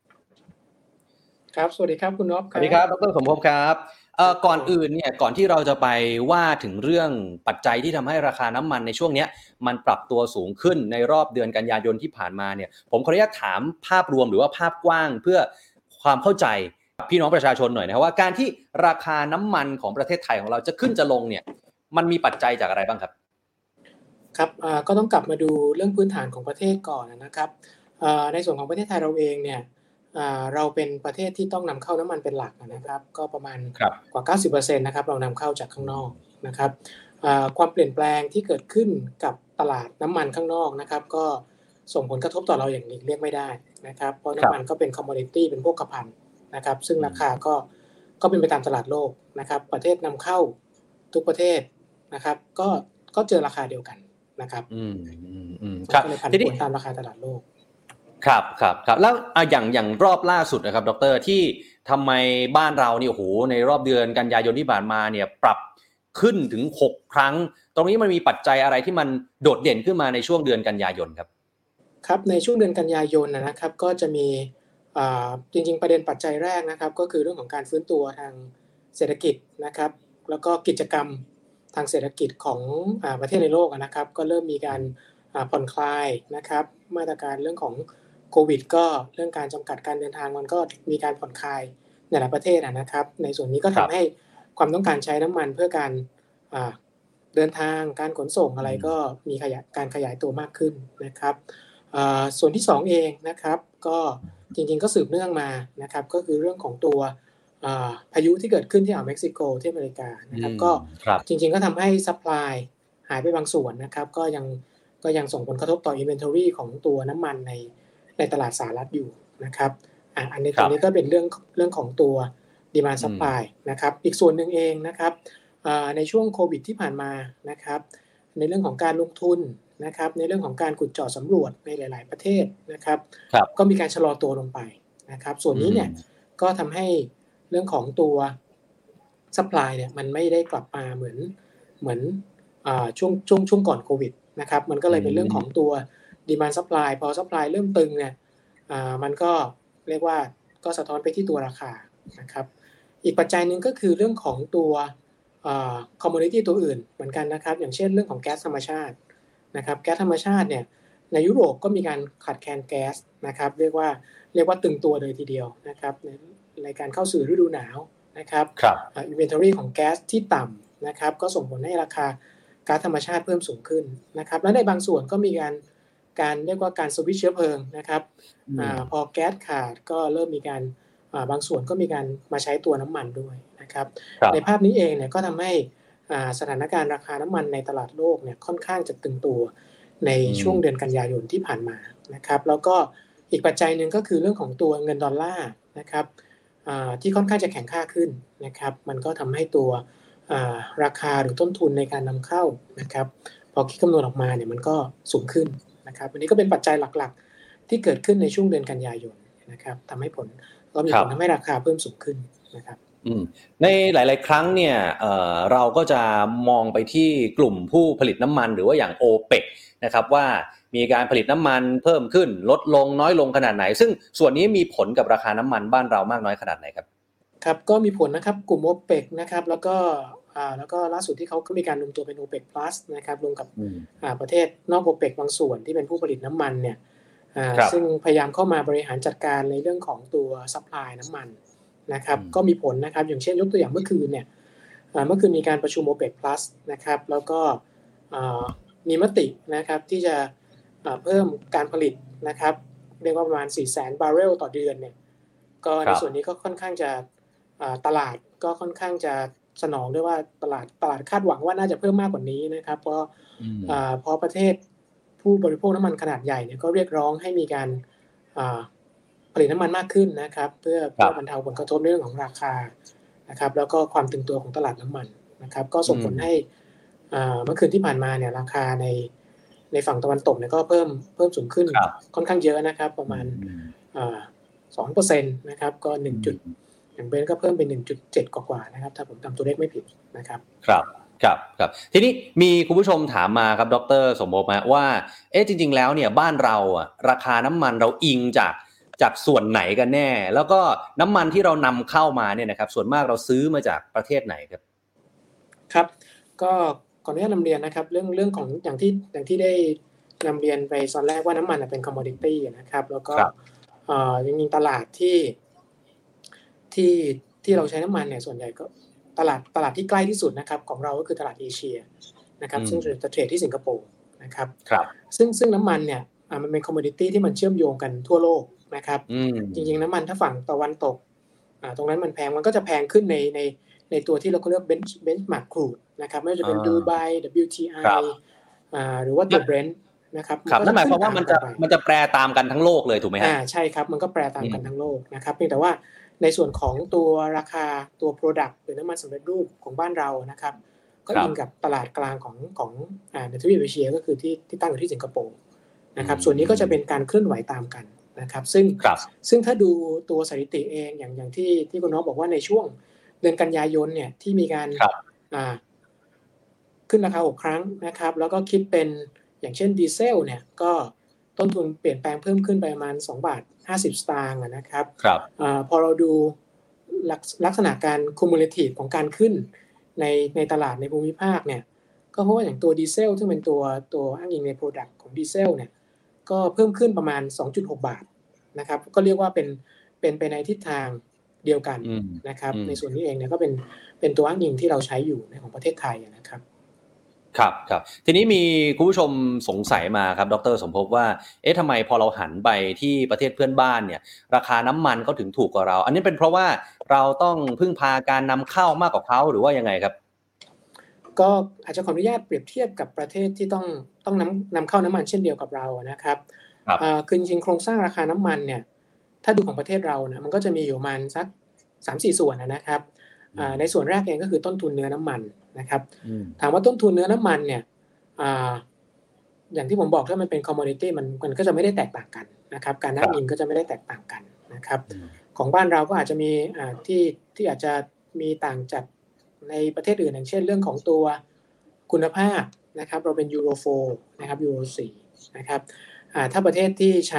ครับสวัสดีครับคุณนพสวัสดีครับดร.สมภพครับเอ่อก่อนอื่นเนี่ยก่อนที่เราจะไปว่าถึงเรื่องปัจจัยที่ทำให้ราคาน้ำมันในช่วงนี้มันปรับตัวสูงขึ้นในรอบเดือนกันยายนที่ผ่านมาเนี่ยผมขออนุญาตถามภาพรวมหรือว่าภาพกว้างเพื่อความเข้าใจพี่น้องประชาชนหน่อยนะครับว่าการที่ราคาน้ำมันของประเทศไทยของเราจะขึ้นจะลงเนี่ยมันมีปัจจัยจากอะไรบ้างครับครับก็ต้องกลับมาดูเรื่องพื้นฐานของประเทศก่อนนะครับในส่วนของประเทศไทยเราเองเนี่ยเราเป็นประเทศที่ต้องนำเข้าน้ำมันเป็นหลักนะครับก็ประมาณกว่า เก้าสิบเปอร์เซ็นต์ นะครับเรานำเข้าจากข้างนอกนะครับความเปลี่ยนแปลงที่เกิดขึ้นกับตลาดน้ำมันข้างนอกนะครับก็ส่งผลกระทบต่อเราอย่างหลีกเลี่ยงไม่ได้นะครับเพราะน้ำมันก็เป็นคอมโมดิตี้เป็นพวกกภัณฑ์นะครับซึ่งราคาก็ก็เป็นไปตามตลาดโลกนะครับประเทศนำเข้าทุกประเทศนะครับก็ก็เจอราคาเดียวกันนะครับอืมอืมอืมครับทีนี้ตามราคาตลาดโลกครับครับครับแล้วอย่างอย่างรอบล่าสุดนะครับดร.ที่ทำไมบ้านเราเนี่ยโอ้โหในรอบเดือนกันยายนที่ผ่านมาเนี่ยปรับขึ้นถึงหกครั้งตรงนี้มันมีปัจจัยอะไรที่มันโดดเด่นขึ้นมาในช่วงเดือนกันยายนครับครับในช่วงเดือนกันยายนนะครับก็จะมีอ่าจริงๆประเด็นปัจจัยแรกนะครับก็คือเรื่องของการฟื้นตัวทางเศรษฐกิจนะครับแล้วก็กิจกรรมทางเศรษฐกิจของอ่าประเทศในโลกนะครับก็เริ่มมีการอ่าผ่อนคลายนะครับมาตรการเรื่องของโควิดก็เรื่องการจำกัดการเดินทางมันก็มีการผ่อนคลายในหลายประเทศนะครับในส่วนนี้ก็ทำให้ความต้องการใช้น้ำมันเพื่อการอ่าเดินทางการขนส่งอะไรก็มีขยายการขยายตัวมากขึ้นนะครับส่วนที่สองเองนะครับก็จริงๆก็สืบเนื่องมานะครับก็คือเรื่องของตัวพายุที่เกิดขึ้นที่อ่าวเม็กซิโกที่อเมริกานะครับก็จริงๆก็ทำให้ซัพพลายหายไปบางส่วนนะครับก็ยังก็ยังส่งผลกระทบต่อ inventory ของตัวน้ำมันในในตลาดสหรัฐอยู่นะครับอ่ะอันนี้ตรงนี้ก็เป็นเรื่องเรื่องของตัว demand supply นะครับอีกส่วนหนึ่งเองนะครับในช่วงโควิดที่ผ่านมานะครับในเรื่องของการลงทุนนะครับในเรื่องของการขุดเจาะสำรวจในหลายๆประเทศนะครับก็มีการชะลอตัวลงไปนะครับส่วนนี้เนี่ยก็ทำให้เรื่องของตัวซัพพลายเนี่ยมันไม่ได้กลับมาเหมือนเหมือนช่วงช่วงช่วงก่อนโควิดนะครับมันก็เลยเป็นเรื่องของตัว demand supply พอ supply เริ่มตึงเนี่ยมันก็เรียกว่าก็สะท้อนไปที่ตัวราคานะครับอีกปัจจัยนึงก็คือเรื่องของตัวคอมโมดิตี้ตัวอื่นเหมือนกันนะครับอย่างเช่นเรื่องของแก๊สธรรมชาตินะครับแก๊สธรรมชาติเนี่ยในยุโรปก็มีการขาดแคลนแก๊สนะครับเรียกว่าเรียกว่าตึงตัวเลยทีเดียวนะครับในในการเข้าสู่ฤดูหนาวนะครับอ่า inventory ของแก๊สที่ต่ำนะครับก็ส่งผลให้ราคาก๊าซธรรมชาติเพิ่มสูงขึ้นนะครับและในบางส่วนก็มีการการเรียกว่าการสวิตช์เชื้อเพลิงนะครับอ่าพอแก๊สขาดก็เริ่มมีการอ่าบางส่วนก็มีการมาใช้ตัวน้ำมันด้วยนะครับในภาพนี้เองเนี่ยก็ทำให้สถานการณ์ราคาน้ำมันในตลาดโลกเนี่ยค่อนข้างจะตึงตัวในช่วงเดือนกันยายนที่ผ่านมานะครับแล้วก็อีกปัจจัยหนึ่งก็คือเรื่องของตัวเงินดอลลาร์นะครับที่ค่อนข้างจะแข็งค่าขึ้นนะครับมันก็ทำให้ตัวราคาหรือต้นทุนในการนำเข้านะครับพอคิดคำนวณออกมาเนี่ยมันก็สูงขึ้นนะครับอันนี้ก็เป็นปัจจัยหลักๆที่เกิดขึ้นในช่วงเดือนกันยายนนะครับทำให้ผลก็มีผลทำให้ราคาเพิ่มสูงขึ้นนะครับในหลายๆครั้งเนี่ย เอ่อ เราก็จะมองไปที่กลุ่มผู้ผลิตน้ำมันหรือว่าอย่าง โอเปก นะครับว่ามีการผลิตน้ำมันเพิ่มขึ้นลดลงน้อยลงขนาดไหนซึ่งส่วนนี้มีผลกับราคาน้ำมันบ้านเรามากน้อยขนาดไหนครับครับก็มีผลนะครับกลุ่ม โอเปก นะครับแล้วก็อ่าแล้วก็ล่าสุดที่เขาก็มีการรวมตัวเป็น โอเปก Plus นะครับรวมกับอ่าประเทศนอก โอเปก บางส่วนที่เป็นผู้ผลิตน้ำมันเนี่ยอ่าซึ่งพยายามเข้ามาบริหารจัดการในเรื่องของตัวซัพพลายน้ำมันนะครับก็มีผลนะครับอย่างเช่นยกตัวอย่างเมื่อคืนเนี่ยเมื่อคืนมีการประชุม โอเปก Plus นะครับแล้วก็มีมตินะครับที่จะเพิ่มการผลิตนะครับเรียกว่าประมาณ สี่แสน บาร์เรลต่อเดือนเนี่ยก็ในส่วนนี้ก็ค่อนข้างจะตลาดก็ค่อนข้างจะสนองด้วยว่าตลาดตลาดคาดหวังว่าน่าจะเพิ่มมากกว่านี้นะครับเพราะอ่าเพราะประเทศผู้บริโภคน้ำมันขนาดใหญ่เนี่ยก็เรียกร้องให้มีการอ่าผลิตน้ำมันมากขึ้นนะครับเพื่อเพื่อบรรเทาผลกระทบเรื่องของราคานะครับแล้วก็ความตึงตัวของตลาดน้ำมันนะครับก็ส่งผลให้อ่าเมื่อคืนที่ผ่านมาเนี่ยราคาในในฝั่งตะวันตกเนี่ยก็เพิ่มเพิ่มสูงขึ้นค่อนข้างเยอะนะครับประมาณอ่า สองเปอร์เซ็นต์ นะครับก็หนึ่งจุดอย่างเบนก็เพิ่มเป็น หนึ่งจุดเจ็ด กว่าๆนะครับถ้าผมจำตัวเลขไม่ผิดนะครับครับครับครับทีนี้มีคุณผู้ชมถามมาครับดร.สมภพมาว่าเอ๊ะจริงๆแล้วเนี่ยบ้านเราอ่ะราคาน้ำมันเราอิงจากจากส่วนไหนกันแน่แล้วก็น้ำมันที่เรานำเข้ามาเนี่ยนะครับส่วนมากเราซื้อมาจากประเทศไหนครับครับก็ขออนุญาตนำเรียนนะครับเรื่องเรื่องของอย่างที่อย่างที่ได้นำเรียนไปตอนแรกว่าน้ำมันเป็นคอมโมดิตี้นะครับแล้วก็เอ่อยังมีตลาดที่ที่ที่เราใช้น้ำมันเนี่ยส่วนใหญ่ก็ตลาดตลาดที่ใกล้ที่สุดนะครับของเราก็คือตลาดเอเชียนะครับซึ่งจะเทรดที่สิงคโปร์นะครับซึ่งซึ่งน้ำมันเนี่ยมันเป็นคอมโมดิตี้ที่มันเชื่อมโยงกันทั่วโลกนะครับจริงๆน้ำมันถ้าฝั่งตะวันตกตรงนั้นมันแพงมันก็จะแพงขึ้นในในในตัวที่เราเรียกเบนช์เบนช์มาร์คครูดนะครับไม่ว่าจะเป็นดูไบ ดับเบิลยู ที ไอ อ่าหรือว่าตัว Brent นะครับครับนั่นหมายความว่ามันจะมันจะแปรตามกันทั้งโลกเลยถูกไหมฮะอ่าใช่ครับมันก็แปรตามกันทั้งโลกนะครับเพียงแต่ว่าในส่วนของตัวราคาตัว product หรือน้ำมันสำเร็จรูปของบ้านเรานะครับก็อิงกับตลาดกลางของของอ่าในทวีปเอเชียก็คือที่ที่ตั้งอยู่ที่สิงคโปร์นะครับส่วนนี้ก็จะเป็นการเคลื่อนไหวตามกันนะครับซึ่งซึ่งถ้าดูตัวสถิติเองอย่างอย่างที่ที่คุณน้องบอกว่าในช่วงเดือนกันยายนเนี่ยที่มีการอ่าขึ้นราคาหกครั้งนะครับแล้วก็คิดเป็นอย่างเช่นดีเซลเนี่ยก็ต้นทุนเปลี่ยนแปลงเพิ่มขึ้นไปประมาณสองบาทห้าสิบสตางค์นะครับครับอ่าพอเราดูลักษณะการคุมูเลทีฟของการขึ้นในในตลาดในภูมิภาคเนี่ยก็เพราะว่าอย่างตัวดีเซลซึ่งเป็นตัวตัวอ้างอิงใน product ของดีเซลเนี่ยก็เพิ่มขึ้นประมาณ สองจุดหก บาทนะครับก็เรียกว่าเป็นเป็นไปในทิศทางเดียวกันนะครับในส่วนนี้เองเนี่ยก็เป็นเป็นตัวอ้างอิงที่เราใช้อยู่ในของประเทศไทยนะครับครับครับทีนี้มีคุณผู้ชมสงสัยมาครับดร.สมภพว่าเอ๊ะทำไมพอเราหันไปที่ประเทศเพื่อนบ้านเนี่ยราคาน้ำมันก็ถึงถูกกว่าเราอันนี้เป็นเพราะว่าเราต้องพึ่งพาการนำเข้ามากกว่าเขาหรือว่ายังไงครับก็อาจจะขออนุญาตเปรียบเทียบกับประเทศที่ต้องต้องนำนำเข้าน้ำมันเช่นเดียวกับเรานะครับคือจริงๆโครงสร้างราคาน้ำมันเนี่ยถ้าดูของประเทศเราเนี่ยมันก็จะมีอยู่ประมาณสัก สามสี่ ส่วนนะครับในส่วนแรกเองก็คือต้นทุนเนื้อน้ำมันนะครับถามว่าต้นทุนเนื้อน้ำมันเนี่ยอย่างที่ผมบอกถ้ามันเป็นคอมโมดิตี้มันมันก็จะไม่ได้แตกต่างกันนะครับการอ้างอิงก็จะไม่ได้แตกต่างกันนะครับของบ้านเราก็อาจจะมีที่ที่อาจจะมีต่างจากในประเทศอื่นอย่างเช่นเรื่องของตัวคุณภาพนะครับเราเป็นยูโรโฟร์นะครับยูโรสี่นะครับถ้าประเทศที่ใช้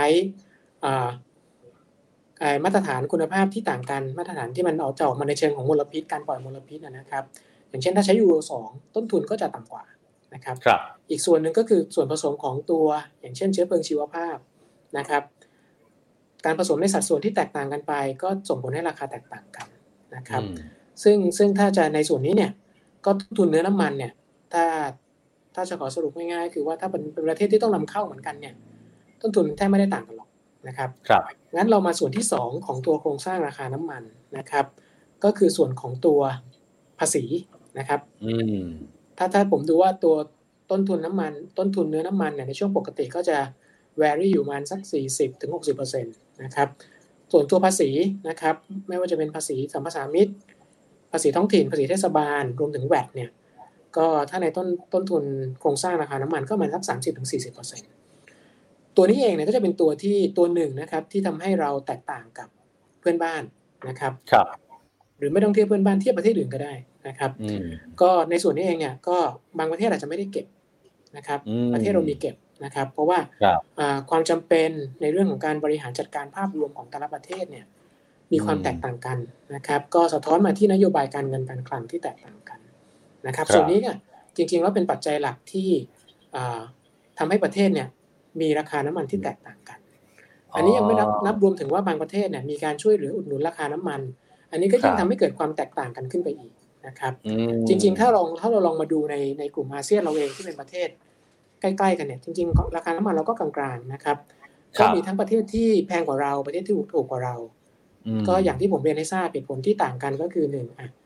มาตรฐานคุณภาพที่ต่างกันมาตรฐานที่มันออกจะออกมาในเชิงของมลพิษการปล่อยมลพิษนะครับอย่างเช่นถ้าใช้ยูโรสองต้นทุนก็จะต่ำกว่านะครับอีกส่วนหนึ่งก็คือส่วนผสมของตัวอย่างเช่นเชื้อเพลิงชีวภาพนะครับการผสมในสัดส่วนที่แตกต่างกันไปก็ส่งผลให้ราคาแตกต่างกันนะครับซึ่งซึ่งถ้าจะในส่วนนี้เนี่ยก็ต้นทุนเนื้อน้ำมันเนี่ยถ้าถ้าจะขอสรุปง่ายๆคือว่าถ้าเป็นประเทศที่ต้องนำเข้าเหมือนกันเนี่ยต้นทุนแทบไม่ได้ต่างกันหรอกนะครับงั้นเรามาส่วนที่สองของตัวโครงสร้างราคาน้ำมันนะครับก็คือส่วนของตัวภาษีนะครับถ้าถ้าผมดูว่าตัวต้นทุนน้ำมันต้นทุนเนื้อน้ำมันเนี่ยในช่วงปกติก็จะ vary อยู่ประมาณสัก สี่สิบถึงหกสิบเปอร์เซ็นต์ นะครับส่วนตัวภาษีนะครับไม่ว่าจะเป็นภาษีสัมปทานมิตรภาษีท้องถิ่นภาษีเทศบาลรวมถึง แวต เนี่ยก็ถ้าในต้นต้นทุนโครงสร้างราคาน้ำมันก็ประมาณสัก สามสิบถึงสี่สิบเปอร์เซ็นต์ ตัวนี้เองเนี่ยก็จะเป็นตัวที่ตัวหนึ่งนะครับที่ทำให้เราแตกต่างกับเพื่อนบ้านนะครับครับหรือไม่ต้องเทียบเพื่อนบ้านเทียบประเทศอื่นก็ได้นะครับก็ในส่วนนี้เองเนี่ยก็บางประเทศอาจจะไม่ได้เก็บนะครับประเทศเรามีเก็บนะครับเพราะว่าความจำเป็นในเรื่องของการบริหารจัดการภาพรวมของแต่ละประเทศเนี่ยมีความแตกต่างกันนะครับก็สะท้อนมาที่นโยบายการเงินการคลังที่แตกต่างกันนะครับส่วนนี้เนี่ยจริงๆแล้วเป็นปัจจัยหลักที่ทำให้ประเทศเนี่ยมีราคาน้ำมันที่แตกต่างกันอันนี้ยังไม่นับนับรวมถึงว่าบางประเทศเนี่ยมีการช่วยเหลืออุดหนุนราคาน้ำมันอันนี้ก็ยิ่งทำให้เกิดความแตกต่างกันขึ้นไปอีกนะครับจริงๆถ้าลองถ้าเราลองมาดูในในกลุ่มอาเซียนเราเองที่เป็นประเทศใกล้ๆกันเนี่ยจริงๆราคาน้ำมันเราก็กลางๆนะครับก็มีทั้งประเทศที่แพงกว่าเราประเทศที่ถูกกว่าเราก็อย่างที่ผมเรียนให้ทราบเหตุผลที่ต่างกันก็คือหนึ่งอ่ะ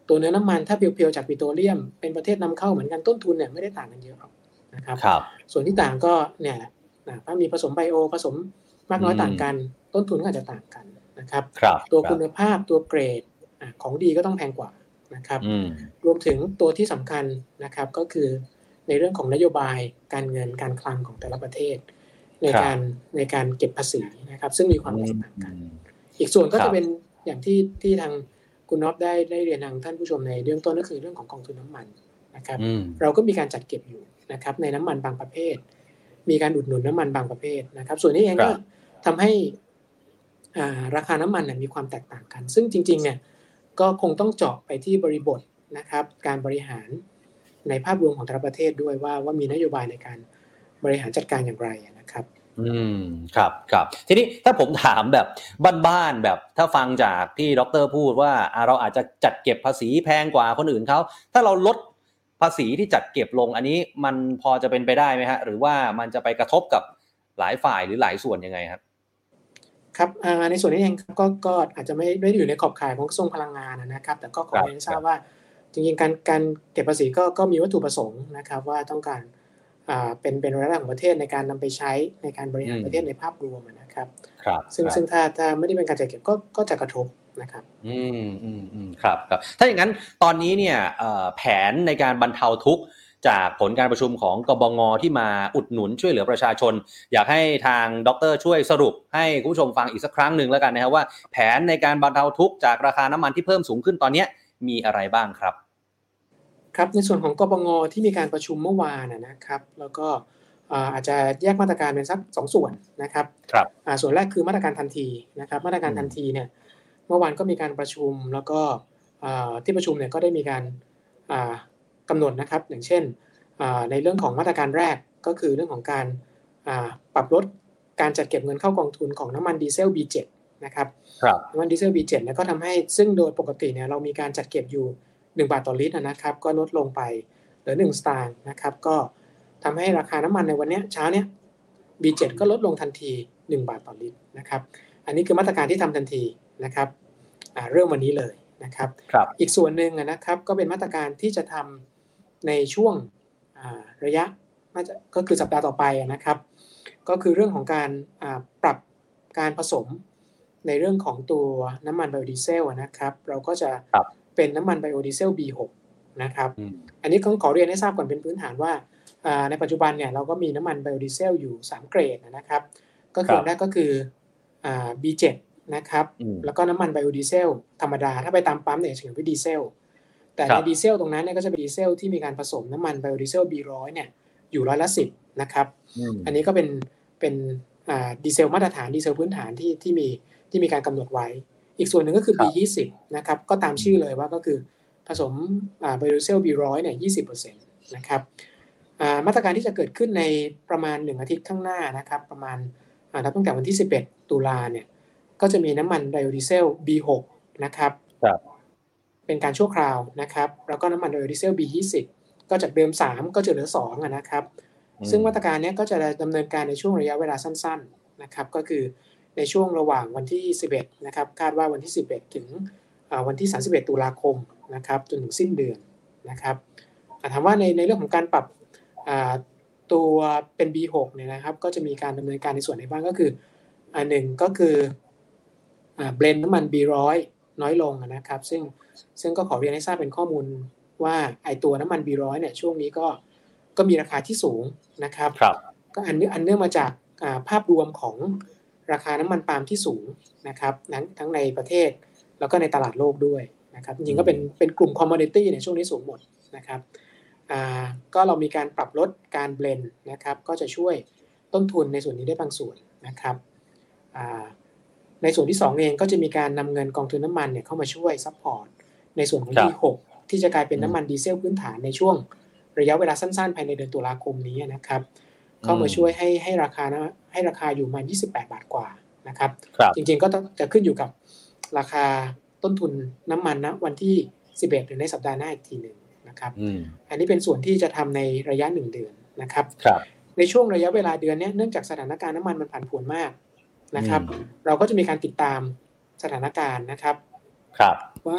ตัวเนื้อน้ำมันถ้าเพียวๆจากปิโตรเลียมเป็นประเทศนำเข้าเหมือนกันต้นทุนเนี่ยไม่ได้ต่างกันเยอะหรอกนะครับส่วนที่ต่างก็เนี่ยถ้ามีผสมไบโอผสมมากน้อยต่างกันต้นทุนก็อาจจะต่างกันนะครับตัวคุณภาพตัวเกรดของดีก็ต้องแพงกว่านะครับรวมถึงตัวที่สำคัญนะครับก็คือในเรื่องของนโยบายการเงินการคลังของแต่ละประเทศในการในการเก็บภาษีนะครับซึ่งมีความแตกต่างกันอีกส่วนก็จะเป็นอย่างที่ที่ทางคุณน็อปได้ได้เรียนทางท่านผู้ชมในเรื่องต้นก็คือเรื่องของกองทุนน้ำมันนะครับเราก็มีการจัดเก็บอยู่นะครับในน้ำมันบางประเภทมีการอุดหนุนน้ำมันบางประเภทนะครับส่วนนี้เองก็ทำให้ราคาน้ำมันเนี่ยมีความแตกต่างกันซึ่งจริงๆเนี่ยก็คงต้องเจาะไปที่บริบทนะครับการบริหารในภาพรวมของแต่ละประเทศด้วยว่าว่ามีนโยบายในการบริหารจัดการอย่างไรนะครับอืมครับครับทีนี้ถ้าผมถามแบบบ้านๆแบบถ้าฟังจากที่ดร.พูดว่าเราอาจจะจัดเก็บภาษีแพงกว่าคนอื่นเขาถ้าเราลดภาษีที่จัดเก็บลงอันนี้มันพอจะเป็นไปได้ไหมฮะหรือว่ามันจะไปกระทบกับหลายฝ่ายหรือหลายส่วนยังไงครับครับในส่วนนี้เองก็ก็อาจจะไม่ไม่อยู่ในขอบข่ายของกระทรวงพลังงานนะครับแต่ก็ขอเรียนทราบว่าจริงๆการการเก็บภาษีก็ก็มีวัตถุประสงค์นะครับว่าต้องการเป็นเป็นรายได้ของประเทศในการนำไปใช้ในการบริหารประเทศในภาพรวมนะครับซึ่งซึ่งถ้าถ้าไม่ได้เป็นการจัดเก็บก็ก็จะกระทบนะครับอืมอืมอืมครับครับถ้าอย่างนั้นตอนนี้เนี่ยแผนในการบรรเทาทุกข์จากผลการประชุมของกบง.ที่มาอุดหนุนช่วยเหลือประชาชนอยากให้ทางดร.ช่วยสรุปให้คุณผู้ชมฟังอีกสักครั้งนึงแล้วกันนะครับว่าแผนในการบรรเทาทุกข์จากราคาน้ำมันที่เพิ่มสูงขึ้นตอนนี้มีอะไรบ้างครับครับในส่วนของกบง.ที่มีการประชุมเมื่อวานนะครับแล้วก็อาจจะแยกมาตรการเป็นสักสองส่วนนะครับครับส่วนแรกคือมาตรการทันทีนะครับมาตรการทันทีเนี่ยเมื่อวานก็มีการประชุมแล้วก็ที่ประชุมเนี่ยก็ได้มีการกำหนดนะครับอย่างเช่นในเรื่องของมาตรการแรกก็คือเรื่องของการปรับลดการจัดเก็บเงินเข้ากองทุนของน้ำมันดีเซล บี เจ็ด นะครับน้ำมันดีเซล บี เจ็ด เนี่ยก็ทำให้ซึ่งโดยปกติเนี่ยเรามีการจัดเก็บอยู่หนึ่งบาทต่อลิตรนะครับก็ลดลงไปเหลือหนึ่งสตางค์นะครับก็ทำให้ราคาน้ำมันในวันนี้เช้าเนี้ย บี เจ็ด ก็ลดลงทันทีหนึ่งบาทต่อลิตรนะครับอันนี้คือมาตรการที่ทำทันทีนะครับเริ่มวันนี้เลยนะครับอีกส่วนหนึ่งนะครับก็เป็นมาตรการที่จะทำในช่วงระยะก็คือสัปดาห์ต่อไปนะครับก็คือเรื่องของการปรับการผสมในเรื่องของตัวน้ำมันไบโอดีเซลนะครับเราก็จะเป็นน้ำมันไบโอดีเซล บี หก นะครับอันนี้ต้องขอเรียนให้ทราบก่อนเป็นพื้นฐานว่าในปัจจุบันเนี่ยเราก็มีน้ำมันไบโอดีเซลอยู่สามเกรดนะครับก็คือแรกก็คือ บี เจ็ด นะครับแล้วก็น้ำมันไบโอดีเซลธรรมดาถ้าไปตามปั๊มเนี่ยจะเขียนว่าดีเซลแต่ในดีเซลตรงนั้นเนี่ยก็จะเป็นดีเซลที่มีการผสมน้ำมันไบโอดีเซล บี หนึ่งร้อย เนี่ยอยู่ร้อยละสิบนะครับอันนี้ก็เป็นเป็นดีเซลมาตรฐานดีเซลพื้นฐานที่ที่มีที่มีการกำหนดไว้อีกส่วนหนึ่งก็คือ บี ยี่สิบ นะครับก็ตามชื่อเลยว่าก็คือผสมไบโอดีเซล บี หนึ่งร้อย เนี่ย ยี่สิบเปอร์เซ็นต์ นะครับมาตรการที่จะเกิดขึ้นในประมาณหนึ่งอาทิตย์ข้างหน้านะครับประมาณนับตั้งแต่วันที่สิบเอ็ดตุลาเนี่ยก็จะมีน้ำมันไบโอดีเซล บี หก นะครับเป็นการชั่วคราวนะครับแล้วก็น้ำมันไบโอดีเซล บี ยี่สิบ ก็จากเดิมสามก็จะเหลือสองนะครับซึ่งมาตรการนี้ก็จะดำเนินการในช่วงระยะเวลาสั้นๆนะครับก็คือในช่วงระหว่างวันที่สิบเอ็ดนะครับคาดว่าวันที่สิบเอ็ดถึงวันที่สามสิบเอ็ดตุลาคมนะครับจนถึงสิ้นเดือนนะครับถามว่าในในเรื่องของการปรับตัวเป็น บี หก เนี่ยนะครับก็จะมีการดำเนินการในส่วนไหนบ้างก็คืออันหนึ่งก็คือเบลนด์น้ำมัน บี หนึ่งร้อย น้อยลงนะครับซึ่งซึ่งก็ขอเรียนให้ทราบเป็นข้อมูลว่าไอตัวน้ำมัน บี หนึ่งร้อย เนี่ยช่วงนี้ก็ก็มีราคาที่สูงนะครับก็อันนี้อันเนื่องมาจากภาพรวมของราคาน้ำมันปาล์มที่สูงนะครับทั้งในประเทศแล้วก็ในตลาดโลกด้วยนะครับจริงๆก็เป็นเป็นกลุ่มคอมโมดิตี้ในช่วงนี้สูงหมดนะครับก็เรามีการปรับลดการเบลนด์นะครับก็จะช่วยต้นทุนในส่วนนี้ได้บางส่วนนะครับในส่วนที่สองเองก็จะมีการนำเงินกองทุนน้ำมันเนี่ยเข้ามาช่วยซัพพอร์ตในส่วนของ บี หก ที่จะกลายเป็นน้ำมันดีเซลพื้นฐานในช่วงระยะเวลาสั้นๆภายในเดือนตุลาคมนี้นะครับเข้ามาช่วยให้ให้ราคานะให้ราคาอยู่ประมาณยี่สิบแปดบาทกว่านะครับจริงๆก็ต้องจะขึ้นอยู่กับราคาต้นทุนน้ำมันนะวันที่สิบเอ็ดหรือในสัปดาห์หน้าอีกทีนึงนะครับอันนี้เป็นส่วนที่จะทำในระยะหนึ่งเดือนนะครับในช่วงระยะเวลาเดือนนี้เนื่องจากสถานการณ์น้ำมันมันผันผวนมากนะครับเราก็จะมีการติดตามสถานการณ์นะครับว่า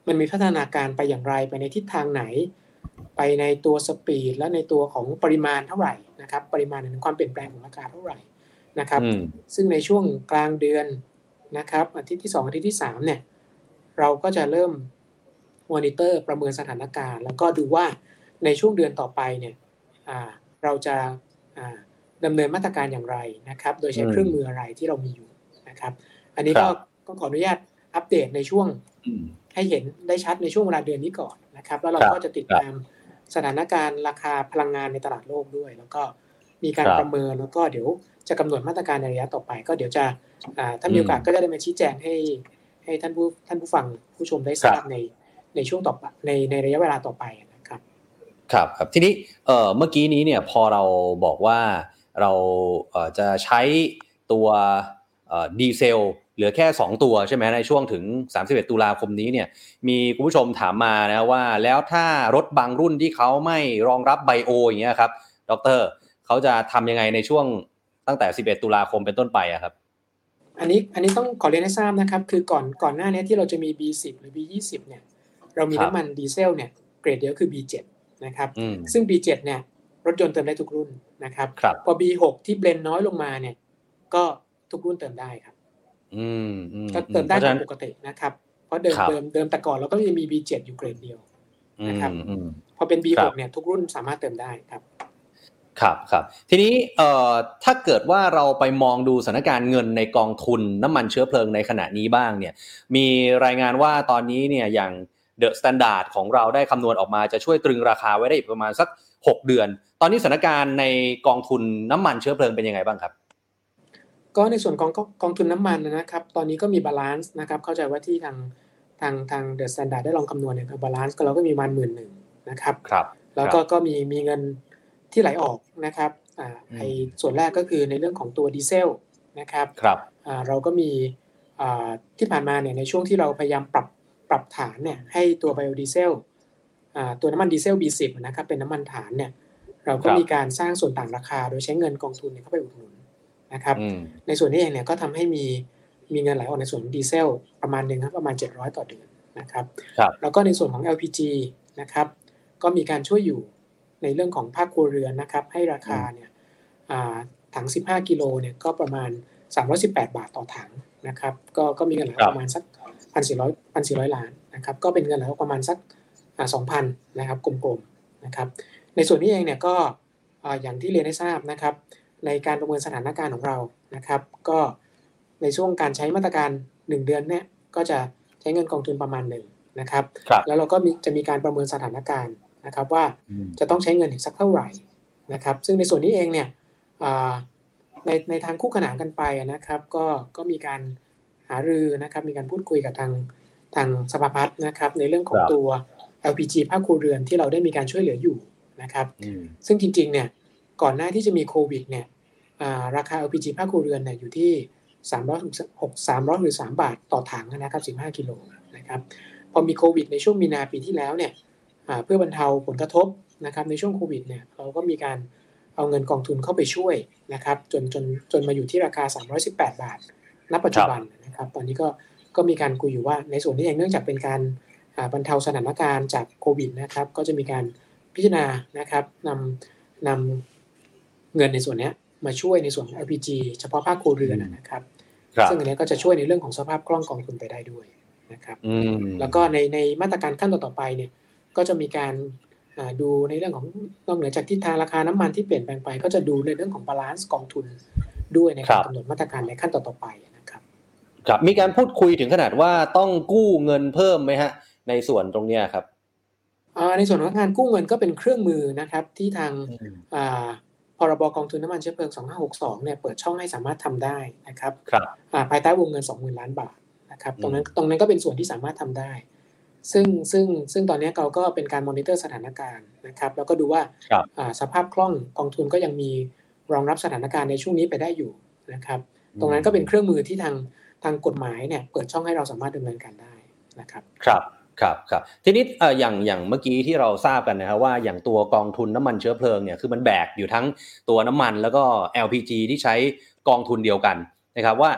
มันมีพัฒนาการไปอย่างไรไปในทิศทางไหนไปในตัวสปีดและในตัวของปริมาณเท่าไหร่นะครับปริมาณในความเปลี่ยนแปลงของราคาเท่าไหร่นะครับซึ่งในช่วงกลางเดือนนะครับอาทิตย์ที่สองอาทิตย์ที่สามเนี่ยเราก็จะเริ่มมอนิเตอร์ประเมินสถานการณ์แล้วก็ดูว่าในช่วงเดือนต่อไปเนี่ยเราจะดำเนินมาตรการอย่างไรนะครับโดยใช้เครื่องมืออะไรที่เรามีอยู่นะครับอันนี้ก็ก็ขออนุญาตอัปเดตในช่วงให้เห็นได้ชัดในช่วงเวลาเดือนนี้ก่อนนะครับแล้วเราก็จะติดตามสถานการณ์ราคาพลังงานในตลาดโลกด้วยแล้วก็มีการประเมินแล้วก็เดี๋ยวจะกำหนดมาตรการในระยะต่อไปก็เดี๋ยวจะถ้ามีโอกาสก็จะได้มาชี้แจงให้ให้ท่านผู้ท่านผู้ฟังผู้ชมได้ทราบในในช่วงต่อไปในในระยะเวลาต่อไปนะครับครับครับทีนี้เอ่อเมื่อกี้นี้เนี่ยพอเราบอกว่าเราเอ่อจะใช้ตัวเอ่อดีเซลเหลือแค่สองตัวใช่ไหมในช่วงถึงสามสิบเอ็ดตุลาคมนี้เนี่ยมีคุณผู้ชมถามมานะว่าแล้วถ้ารถบางรุ่นที่เขาไม่รองรับไบโออย่างเงี้ยครับดร.เขาจะทำยังไงในช่วงตั้งแต่สิบเอ็ดตุลาคมเป็นต้นไปอะครับอันนี้อันนี้ต้องขอเรียนให้ทราบนะครับคือก่อนก่อนหน้านี้ที่เราจะมี บี สิบ หรือ บี ยี่สิบ เนี่ยเรามีน้ำมันดีเซลเนี่ยเกรดเดียวคือ บี เจ็ด นะครับซึ่ง บี เจ็ด เนี่ยรถยนต์เติมได้ทุกรุ่นนะครับพอ บี หก ที่เบลนด์น้อยลงมาเนี่ยก็ทุกรุ่นเติมได้ครับอืมก็เติมได้ตามปกตินะครับเพราะเดิมเดิมเดิมแต่ก่อนเราก็ยังมี บี เจ็ด อยู่เกรดเดียวนะครับพอเป็น บี หก เนี่ยทุกรุ่นสามารถเติมได้ครับครับครับทีนี้เอ่อถ้าเกิดว่าเราไปมองดูสถานการณ์เงินในกองทุนน้ำมันเชื้อเพลิงในขณะนี้บ้างเนี่ยมีรายงานว่าตอนนี้เนี่ยอย่าง The Standard ของเราได้คำนวณออกมาจะช่วยตรึงราคาไว้ได้อีกประมาณสักหกเดือนตอนนี้สถานการณ์ในกองทุนน้ำมันเชื้อเพลิงเป็นยังไงบ้างครับก็ในส่วนของกองทุนน้ำมันนะครับตอนนี้ก็มีบาลานซ์นะครับเข้าใจว่าที่ทางทางทาง The Standard ได้ลองคำนวณเนี่ยบาลานซ์ก็เราก็มีประมาณ หมื่นหนึ่ง นะครับครับแล้วก็ก็มีมีเงินที่ไหลออกนะครับอ่าไอ้ส่วนแรกก็คือในเรื่องของตัวดีเซลนะครับครับอ่าเราก็มีอ่าที่ผ่านมาเนี่ยในช่วงที่เราพยายามปรับปรับฐานเนี่ยให้ตัวไบโอดีเซลอ่าตัวน้ำมันดีเซล บี สิบ นะครับเป็นน้ำมันฐานเนี่ยเราก็มีการสร้างส่วนต่างราคาโดยใช้เงินกองทุนเนี่ยเข้าไปอุดหนุนนะครับในส่วนนี้เองเนี่ยก็ทำให้มีมีเงินไหลออกในส่วนดีเซลประมาณนึงครับประมาณเจ็ดร้อยต่อเดือนนะครับแล้วก็ในส่วนของ แอล พี จี นะครับก็มีการช่วยอยู่ในเรื่องของภาคครัวเรือนนะครับให้ราคาเนี่ยถังสิบห้ากิโลเนี่ยก็ประมาณสามร้อยสิบแปดบาทต่อถังนะครับก็ก็มีเงินไหลประมาณสัก หนึ่งพันสี่ร้อย หนึ่งพันสี่ร้อย ล้านนะครับก็เป็นเงินไหลประมาณสัก สองพัน นะครับกลมๆนะครับในส่วนนี้เองเนี่ยก็อย่างที่เรียนให้ทราบนะครับในการประเมินสถานการณ์ของเรานะครับก็ในช่วงการใช้มาตรการหนึ่งเดือนเนี่ยก็จะใช้เงินกองทุนประมาณหนึ่งนะครับแล้วเราก็จะมีการประเมินสถานการณ์นะครับว่าจะต้องใช้เงินอีกสักเท่าไหร่นะครับซึ่งในส่วนนี้เองเนี่ยในในทางคู่ขนานกันไปนะครับก็ก็มีการหารือนะครับมีการพูดคุยกับทางทางสภาพัฒน์นะครับในเรื่องของตัว แอล พี จี ภาคครัวเรือนที่เราได้มีการช่วยเหลืออยู่นะครับซึ่งจริงๆเนี่ยก่อนหน้าที่จะมีโควิดเนี่ยราคา แอล พี จี ภาคครัวเรือนเนี่ยอยู่ที่สามร้อยหก สามร้อยหรือสามบาทต่อถังนะครับสิบห้ากิโลนะครับพอมีโควิดในช่วงมีนาปีที่แล้วเนี่ยเพื่อบรรเทาผลกระทบนะครับในช่วงโควิดเนี่ยเราก็มีการเอาเงินกองทุนเข้าไปช่วยนะครับจนจนจนมาอยู่ที่ราคาสามร้อยสิบแปดบาทณปัจจุบันนะครับตอนนี้ก็ก็มีการคุยอยู่ว่าในส่วนนี้เองเนื่องจากเป็นการบรรเทาสถานการณ์จากโควิดนะครับก็จะมีการพิจารณานะครับนำนำเงินในส่วนนี้มาช่วยในส่วนของ แอล พี จี เฉพาะภาคครัวเรือนนะครับซึ่งอันนี้ก็จะช่วยในเรื่องของสภาพคล่องกองทุนไปได้ด้วยนะครับแล้วก็ในในมาตรการขั้นต่อไปเนี่ยก็จะมีการดูในเรื่องของนอกเหนือจากทิศทางราคาน้ำมันที่เปลี่ยนแปลงไปก็จะดูในเรื่องของบาลานซ์กองทุนด้วยในการกำหนดมาตรการในขั้นต่อไปนะครับครับมีการพูดคุยถึงขนาดว่าต้องกู้เงินเพิ่มไหมฮะในส่วนตรงนี้ครับในส่วนของการกู้เงินก็เป็นเครื่องมือนะครับที่ทางพรบกองทุนน้ำมันเชื้อเพลิงสองพันห้าร้อยหกสิบสองเนี่ยเปิดช่องให้สามารถทำได้นะครับภายใต้วงเงิน สองหมื่น ล้านบาทนะครับตรงนั้นตรงนั้นก็เป็นส่วนที่สามารถทำได้ซึ่งซึ่งซึ่งตอนนี้เราก็เป็นการมอนิเตอร์สถานการณ์นะครับแล้วก็ดูว่าสภาพคล่องกองทุนก็ยังมีรองรับสถานการณ์ในช่วงนี้ไปได้อยู่นะครับตรงนั้นก็เป็นเครื่องมือที่ทางทางกฎหมายเนี่ยเปิดช่องให้เราสามารถดำเนินการได้นะครับครับครับครับทีนี้เอ่ออย่างอย่างเมื่อกี้ที่เราทราบกันนะครับว่าอย่างตัวกองทุนน้ำมันเชื้อเพลิงเนี่ยคือมันแบกอยู่ทั้งตัวน้ำมันแล้วก็ แอล พี จี ที่ใช้กองทุนเดียวกันนะครับว่า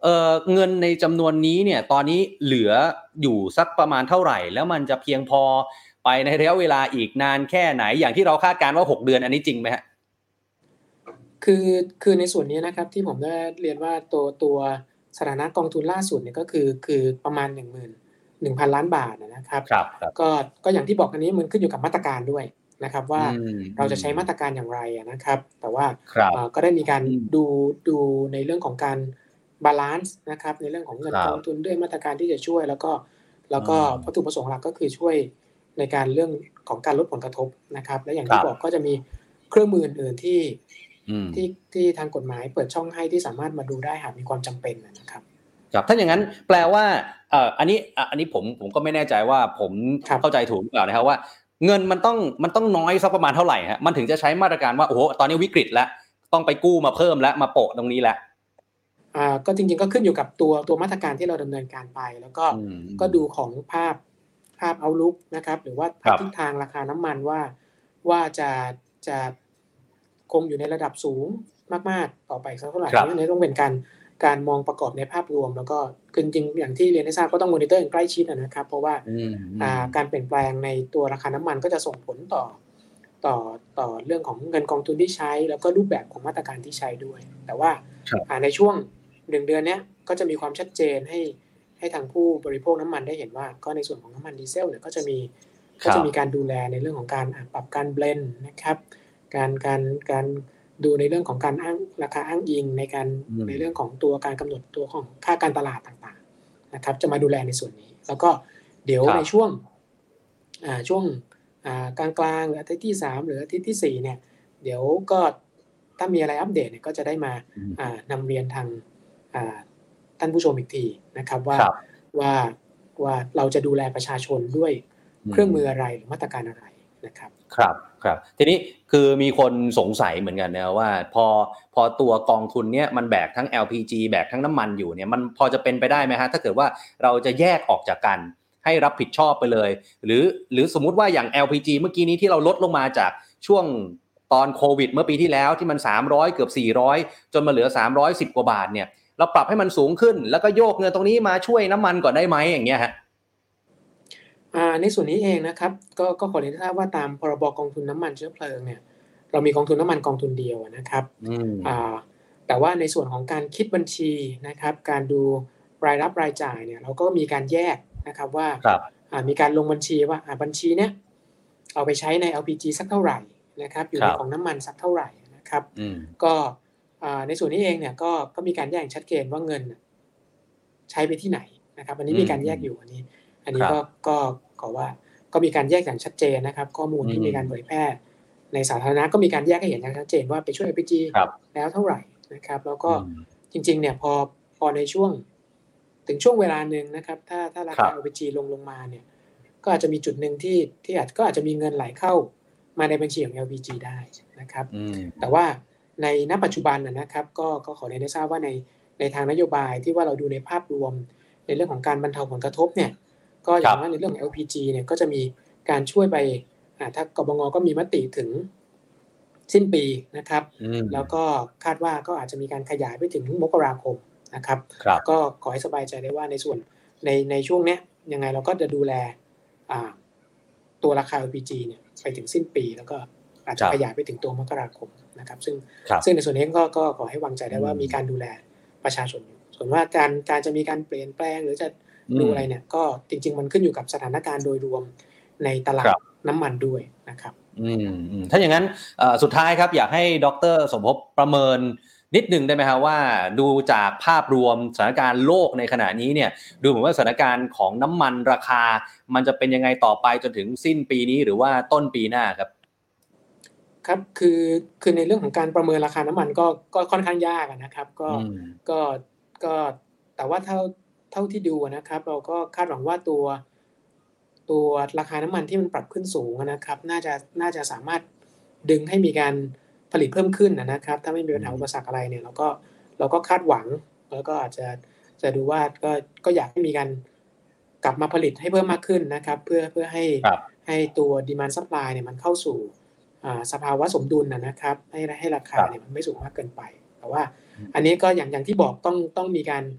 เอ่อเงินในจำนวนนี้เนี่ยตอนนี้เหลืออยู่สักประมาณเท่าไหร่แล้วมันจะเพียงพอไปในระยะเวลาอีกนานแค่ไหนอย่างที่เราคาดการณ์ว่าหกเดือนอันนี้จริงไหมฮะคือคือในส่วนนี้นะครับที่ผมได้เรียนว่าตัวตัวสถานะกองทุนล่าสุดเนี่ยก็คือคือประมาณ หนึ่งหมื่นหนึ่งพัน ล้านบาทนะครับครับก็ก็อย่างที่บอกอันนี้มันขึ้นอยู่กับมาตรการด้วยนะครับว่าเราจะใช้มาตรๆการอย่างไรนะครับแต่ว่าครับเอ่อก็ได้มีการอืมดูดูในเรื่องของการบาลันซ์นะครับในเรื่องของเงินครับกองทุนด้วยมาตรการที่จะช่วยแล้วก็แล้วอืก็มวัตถุประสงค์หลักก็คือช่วยในการเรื่องของการลดผลกระทบนะครับและอย่างครับที่บอกก็จะมีเครื่องมืออื่นๆที่อืมที่ที่ทางกฎหมายเปิดช่องให้ที่สามารถมาดูได้หากมีความจำเป็นนะครับครับถ้าอย่างนั้นแปลว่าเอ่ออันนี้อ่ะอันนี้ผมผมก็ไม่แน่ใจว่าผมครับเข้าใจถูกหรือเปล่านะครับว่าเงินมันต้องมันต้องน้อยสักประมาณเท่าไหร่ฮะมันถึงจะใช้มาตรการว่าโอ้โหตอนนี้วิกฤตแล้วต้องไปกู้มาเพิ่มแล้วมาโปะตรงนี้แล้วอ่าก็จริงๆก็ขึ้นอยู่กับตัวตัวมาตรการที่เราดำเนินการไปแล้วก็อืมก็ดูของภาพภาพ outlook นะครับหรือว่าครับภาพทิศทางราคาน้ำมันว่าว่าจะจะคงอยู่ในระดับสูงมากๆต่อไปสักเท่าไหร่ครับอันนี้ต้องเป็นการการมองประกอบในภาพรวมแล้วก็คือจริงๆอย่างที่เรียนให้ทราบก็ต้องมอนิเตอร์อย่างใกล้ชิดนะครับเพราะว่าอืมอ่าๆการเปลี่ยนแปลงในตัวราคาน้ำมันก็จะส่งผลต่อต่อต่อเรื่องของเงินกองทุนที่ใช้แล้วก็รูปแบบของมาตรการที่ใช้ด้วยแต่ว่าครับอ่าในช่วงหนึ่งเดือนเนี้ยก็จะมีความชัดเจนให้ให้ทางผู้บริโภคน้ำมันได้เห็นว่าก็ในส่วนของน้ำมันดีเซลเนี่ยก็จะมีคก็รับจะมีการดูแลในเรื่องของการอ่าปรับการเบลนด์นะครับการการการดูในเรื่องของการอ้างราคาอ้างอิงในการอืมในเรื่องของตัวการกำหนดตัวของค่าการตลาดต่างๆนะครับจะมาดูแลในส่วนนี้แล้วก็เดี๋ยวครับในช่วงอ่าช่วงอ่ากลางๆหรืออาทิตย์ที่สามหรืออาทิตย์ที่สี่เนี่ยเดี๋ยวก็ถ้ามีอะไรอัปเดตเนี่ยก็จะได้มาอืมอ่านำเรียนทางอ่าท่านผู้ชมอีกทีนะครับว่าครับว่าว่าเราจะดูแลประชาชนด้วยอืเครื่องมือมอะไรหรือมาตรการอะไรนะครับครับครับทีนี้คือมีคนสงสัยเหมือนกันนะว่าพอพอตัวกองทุนเนี้ยมันแบกทั้ง แอล พี จี แบกทั้งน้ำมันอยู่เนี่ยมันพอจะเป็นไปได้ไหมฮะถ้าเกิดว่าเราจะแยกออกจากกันให้รับผิดชอบไปเลยหรือหรือสมมุติว่าอย่าง แอล พี จี เมื่อกี้นี้ที่เราลดลงมาจากช่วงตอนโควิดเมื่อปีที่แล้วที่มันสามร้อยเกือบสี่ร้อยจนมาเหลือสามร้อยสิบกว่าบาทเนี่ยเราปรับให้มันสูงขึ้นแล้วก็โยกเงินตรงนี้มาช่วยน้ำมันก่อนได้ไหมอย่างเงี้ยฮะอ่าในส่วนนี้เองนะครับก็ก็ขอเรียนให้ทราบว่าตามพรบกองทุนน้ำมันเชื้อเพลิงเนี่ยเรามีกองทุนน้ำมันกองทุนเดียวนะครับอืมอ่าแต่ว่าในส่วนของการคิดบัญชีนะครับการดูรายรับรายจ่ายเนี่ยเราก็มีการแยกนะครับว่าครับอ่ามีการลงบัญชีว่าอ่าบัญชีเนี้ยเอาไปใช้ใน แอล พี จี สักเท่าไหร่นะครับอยู่ครับในของน้ำมันสักเท่าไหร่นะครับอืมก็อ่าในส่วนนี้เองเนี่ยก็ก็มีการแยกอย่างชัดเจนว่าเงินใช้ไปที่ไหนนะครับอันนี้อืมีการแยกมอยู่อันนี้ อันๆครับนี้ก็ก็ขอว่าก็มีการแยกอย่างชัดเจนนะครับข้อมูลอืที่มีการเผยมแพร่ในสาธารณะก็มีการแยกให้เห็นอย่างชัดเจนว่าไปช่วย แอล พี จีครับแล้วเท่าไหร่นะครับแล้วก็อืมจริงๆเนี่ยพอพอในช่วงถึงช่วงเวลาหนึ่งนะครับถ้าถ้าราคาครับแอล พี จี ลงลงมาเนี่ยก็อาจจะมีจุดหนึ่งที่ที่อาจก็อาจจะมีเงินไหลเข้ามาในบัญชีของ แอล พี จี ได้นะครับอืมแต่ว่าในณปัจจุบันนะครับก็ก็ขอเรียนให้ทราบว่าในในทางนโยบายที่ว่าเราดูในภาพรวมในเรื่องของการบรรเทาผลกระทบเนี่ย ก็อครับย่างว่าในเรื่องของ แอล พี จี เนี่ยก็จะมีการช่วยไปอ่าถ้ากบงก็มีมติถึงสิ้นปีนะครับอืมแล้วก็คาดว่าก็อาจจะมีการขยายไปถึงมกราคมนะครับครับก็ขอให้สบายใจได้ว่าในส่วนในในช่วงเนี้ยยังไงเราก็จะดูแลอ่าตัวราคา แอล พี จี เนี่ยไปถึงสิ้นปีแล้วก็อาจครับจะขยายไปถึงตัวมกราคมนะครับซึ่งครับซึ่งในส่วนนี้ก็ก็ขอให้วางใจได้อืว่ามมีการดูแลประชาชนอยู่ส่วนว่าการการจะมีการเปลี่ยนแปลงหรือจะอืมดูอะไรเนี่ยก็จริงๆมันขึ้นอยู่กับสถานการณ์โดยรวมในตลาดครับน้ำมันด้วยนะครับอืมอืมถ้าอย่างงั้นเอ่อสุดท้ายครับอยากให้ดรสมภพประเมินนิดหนึ่งได้ไหมครับว่าดูจากภาพรวมสถานการณ์โลกในขณะนี้เนี่ยดูเหมือนว่าสถานการณ์ของน้ำมันราคามันจะเป็นยังไงต่อไปจนถึงสิ้นปีนี้หรือว่าต้นปีหน้าครับครับคือคือในเรื่องของการประเมินราคาน้ำมันก็ก็ค่อนข้างยากอะนะครับก็อืมก็ก็แต่ว่าเท่าเท่าที่ดูอะนะครับเราก็คาดหวังว่าตัวตัวราคาน้ำมันที่มันปรับขึ้นสูงอะนะครับน่าจะน่าจะสามารถดึงให้มีการผลิตเพิ่มขึ้นอะนะครับถ้าไม่มีปัญหาอุปอืมสรรคอะไรเนี่ยเราก็เราก็คาดหวังแล้วก็อาจจะจะดูว่าก็ก็อยากให้มีการกลับมาผลิตให้เพิ่มมากขึ้นนะครับเพื่อเพื่อให้ครับให้ตัว demand supply เนี่ยมันเข้าสู่ อ่าสภาวะสมดุลนะนะครับให้ให้ราคคารับเนี่ยมันไม่สูงมากเกินไปแต่ว่าอืมอันนี้ก็อย่างอย่างที่บอกต้องต้องมีการ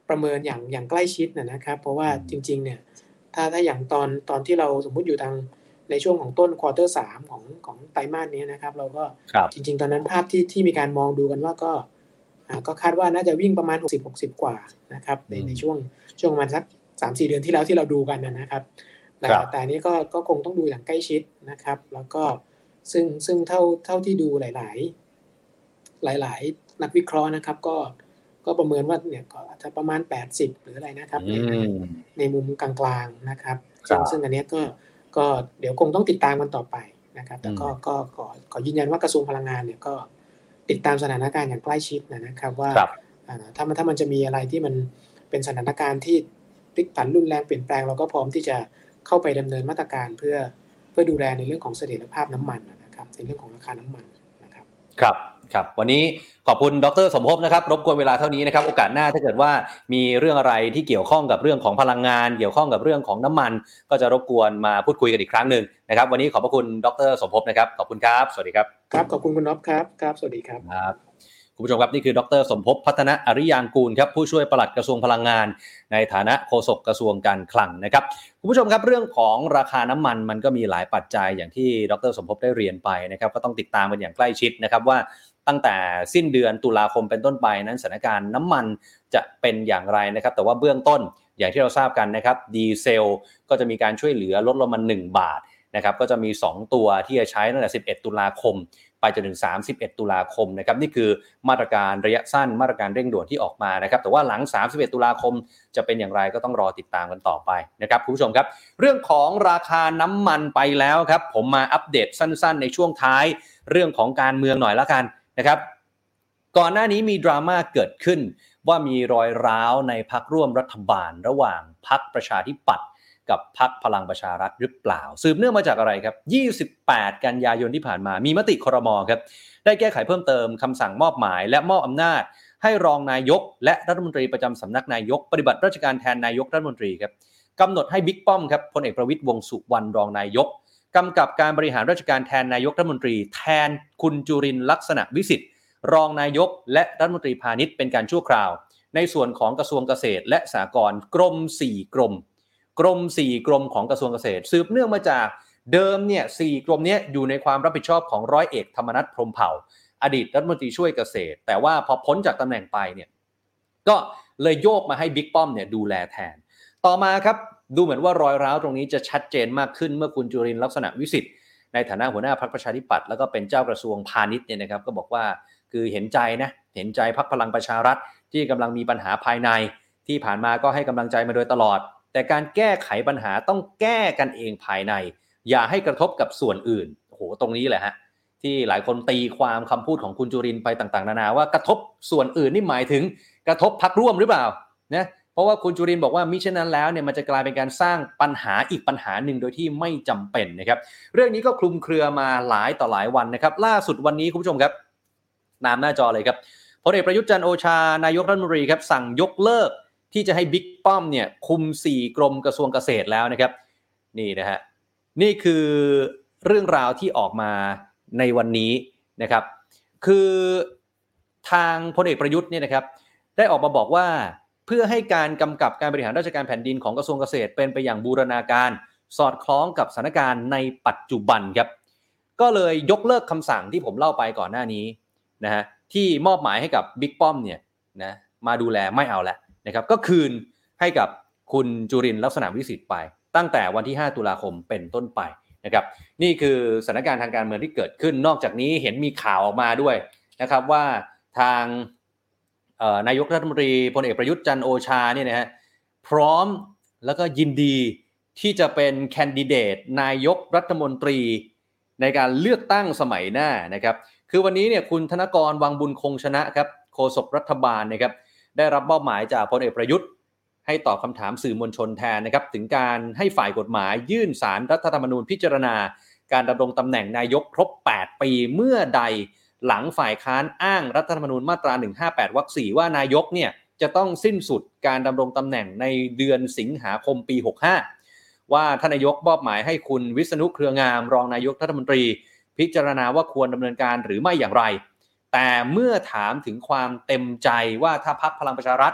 ประเมินอย่างอย่างใกล้ชิดนะครับเพราะว่าจริงๆเนี่ยถ้าถ้าอย่างตอนตอนที่เราสมมุติอยู่ทางในช่วงของต้นควอเตอร์สามของของไตรมาสนี้นะครับเราก็จริงๆตอนนั้นภาพที่ที่มีการมองดูกันว่าก็ก็คาดว่าน่าจะวิ่งประมาณหกสิบ หกสิบกว่านะครับในในช่วงช่วงประมาณสัก สามสี่ เดือนที่แล้วที่เราดูกันนะครับแต่แต่นี้ก็ก็คงต้องดูอย่างใกล้ชิดนะครับแล้วก็ซึ่งซึ่งเท่าเท่าที่ดูหลายๆหลายๆนักวิเคราะห์นะครับก็ก็ประเมินว่าเนี่ยก็อาจจะประมาณแปดสิบหรืออะไรนะครับในในมุมกลางๆนะครับซึ่งซึ่งอันนี้ก็ก็เดี๋ยวคงต้องติดตามกันต่อไปนะครับแต่ก็ก็ขอขอยืนยันว่ากระทรวงพลังงานเนี่ยก็ติดตามสถานการณ์อย่างใกล้ชิดนะครับว่าถ้ามันถ้ามันจะมีอะไรที่มันเป็นสถานการณ์ที่พลิกผันรุนแรงเปลี่ยนแปลงเราก็พร้อมที่จะเข้าไปดำเนินมาตรการเพื่อเพื่อดูแลในเรื่องของเสถียรภาพน้ำมันนะครับในเรื่องของราคาน้ำมันนะครับครับครับวันนี้ขอบคุณดร.สมภพนะครับรบกวนเวลาเท่านี้นะครับโอกาสหน้าถ้าเกิดว่ามีเรื่องอะไรที่เกี่ยวข้องกับเรื่องของพลังงานเกี่ยวข้องกับเรื่องของน้ำมันก็จะรบกวนมาพูดคุยกันอีกครั้งนึงนะครับวันนี้ขอบพระคุณดร.สมภพนะครับขอบคุณครับสวัสดีครับครับขอบคุณคุณน็อปครับครับสวัสดีครับครับคุณผู้ชมครับนี่คือดร.สมภพพัฒนอริยางกูลครับผู้ช่วยปลัดกระทรวงพลังงานในฐานะโฆษกกระทรวงการคลังนะครับคุณผู้ชมครับเรื่องของราคาน้ำมันมันก็มีหลายปัจจัยอย่างที่ดร.สมภพได้เรียนไปนะครับก็ต้องติดตามกันอย่างใกล้ชิดนะครับว่าตั้งแต่สิ้นเดือนตุลาคมเป็นต้นไปนั้นสถานการณ์น้ำมันจะเป็นอย่างไรนะครับแต่ว่าเบื้องต้นอย่างที่เราทราบกันนะครับดีเซลก็จะมีการช่วยเหลือลดลงมาหนึ่งบาทนะครับก็จะมีสองตัวที่จะใช้ตั้งแต่สิบเอ็ดตุลาคมไปจนถึงสามสิบเอ็ดตุลาคมนะครับนี่คือมาตรการระยะสั้นมาตรการเร่งด่วนที่ออกมานะครับแต่ว่าหลังสามสิบเอ็ดตุลาคมจะเป็นอย่างไรก็ต้องรอติดตามกันต่อไปนะครับคุณผู้ชมครับเรื่องของราคาน้ำมันไปแล้วครับผมมาอัปเดตสั้นๆในช่วงท้ายเรื่องของการเมืองหน่อยละกันนะครับก่อนหน้านี้มีดราม่าเกิดขึ้นว่ามีรอยร้าวในพรรคร่วมรัฐบาลระหว่างพรรคประชาธิปัตย์กับพรรคพลังประชารัฐหรือเปล่าสืบเนื่องมาจากอะไรครับยี่สิบแปดกันยายนที่ผ่านมามีมติครม.ครับได้แก้ไขเพิ่มเติมคำสั่งมอบหมายและมอบอำนาจให้รองนายกและรัฐมนตรีประจำสำนักนายกปฏิบัติราชการแทนนายกรัฐมนตรีครับกำหนดให้บิ๊กป้อมครับพลเอกประวิตรวงษ์สุวรรณรองนายกกำกับการบริหารราชการแทนนายกรัฐมนตรีแทนคุณจุรินทร์ลักษณะวิสิทธิ์รองนายกและรัฐมนตรีพาณิชย์เป็นการชั่วคราวในส่วนของกระทรวงเกษตรและสหกรณ์กรมสี่กรมกรมสี่กรมของกระทรวงเกษตรสืบเนื่องมาจากเดิมเนี่ยสี่กรมนี้อยู่ในความรับผิดชอบของร้อยเอกธรรมนัสพรหมเผ่าอดีตรัฐมนตรีช่วยเกษตรแต่ว่าพอพ้นจากตำแหน่งไปเนี่ยก็เลยโยกมาให้บิ๊กป้อมเนี่ยดูแลแทนต่อมาครับดูเหมือนว่ารอยร้าวตรงนี้จะชัดเจนมากขึ้นเมื่อคุณจุรินทร์ลักษณะวิสิทธิ์ในฐานะหัวหน้าพรรคประชาธิปัตย์แล้วก็เป็นเจ้ากระทรวงพาณิชย์เนี่ยนะครับก็บอกว่าคือเห็นใจนะเห็นใจพรรคพลังประชารัฐที่กำลังมีปัญหาภายในที่ผ่านมาก็ให้กำลังใจมาโดยตลอดแต่การแก้ไขปัญหาต้องแก้กันเองภายในอย่าให้กระทบกับส่วนอื่นโอ้โหตรงนี้แหละฮะที่หลายคนตีความคำพูดของคุณจุรินทร์ไปต่างๆนานาว่ากระทบส่วนอื่นนี่หมายถึงกระทบพรรคร่วมหรือเปล่านะเพราะว่าคุณจุรินทร์บอกว่ามิฉะนั้นแล้วเนี่ยมันจะกลายเป็นการสร้างปัญหาอีกปัญหาหนึ่งโดยที่ไม่จำเป็นนะครับเรื่องนี้ก็คลุมเครือมาหลายต่อหลายวันนะครับล่าสุดวันนี้คุณผู้ชมครับตามหน้าจอเลยครับพลเอกประยุทธ์จันทร์โอชานายกรัฐมนตรีครับสั่งยกเลิกที่จะให้บิ๊กป้อมเนี่ยคุมสี่กรมกระทรวงเกษตรแล้วนะครับนี่นะฮะนี่คือเรื่องราวที่ออกมาในวันนี้นะครับคือทางพลเอกประยุทธ์เนี่ยนะครับได้ออกมาบอกว่าเพื่อให้การกำกับการบริหารราชการแผ่นดินของกระทรวงเกษตรเป็นไปอย่างบูรณาการสอดคล้องกับสถานการณ์ในปัจจุบันครับก็เลยยกเลิกคำสั่งที่ผมเล่าไปก่อนหน้านี้นะฮะที่มอบหมายให้กับบิ๊กป้อมเนี่ยนะมาดูแลไม่เอาแล้วนะครับก็คืนให้กับคุณจุรินทร์ลักษณะวิสิทธิ์ไปตั้งแต่วันที่ห้าตุลาคมเป็นต้นไปนะครับนี่คือสถานการณ์ทางการเมืองที่เกิดขึ้นนอกจากนี้เห็นมีข่าวออกมาด้วยนะครับว่าทางนายกรัฐมนตรีพลเอกประยุทธ์จันทร์โอชาเนี่ยนะฮะพร้อมแล้วก็ยินดีที่จะเป็นแคนดิเดตนายกรัฐมนตรีในการเลือกตั้งสมัยหน้านะครับคือวันนี้เนี่ยคุณธนกรวังบุญคงชนะครับโฆษกรัฐบาลนะครับได้รับมอบหมายจากพลเอกประยุทธ์ให้ตอบคำถามสื่อมวลชนแทนนะครับถึงการให้ฝ่ายกฎหมายยื่นศาลรัฐธรรมนูญพิจารณาการดำรงตำแหน่งนายกครบแปดปีเมื่อใดหลังฝ่ายค้านอ้างรัฐธรรมนูญมาตราหนึ่งห้าแปดวรรคสี่ว่านายกเนี่ยจะต้องสิ้นสุดการดำรงตำแหน่งในเดือนสิงหาคมปีหกสิบห้าว่าท่านนายกมอบหมายให้คุณวิษณุเครืองามรองนายกรัฐมนตรีพิจารณาว่าควรดำเนินการหรือไม่อย่างไรแต่เมื่อถามถึงความเต็มใจว่าถ้าพรรคพลังประชารัฐ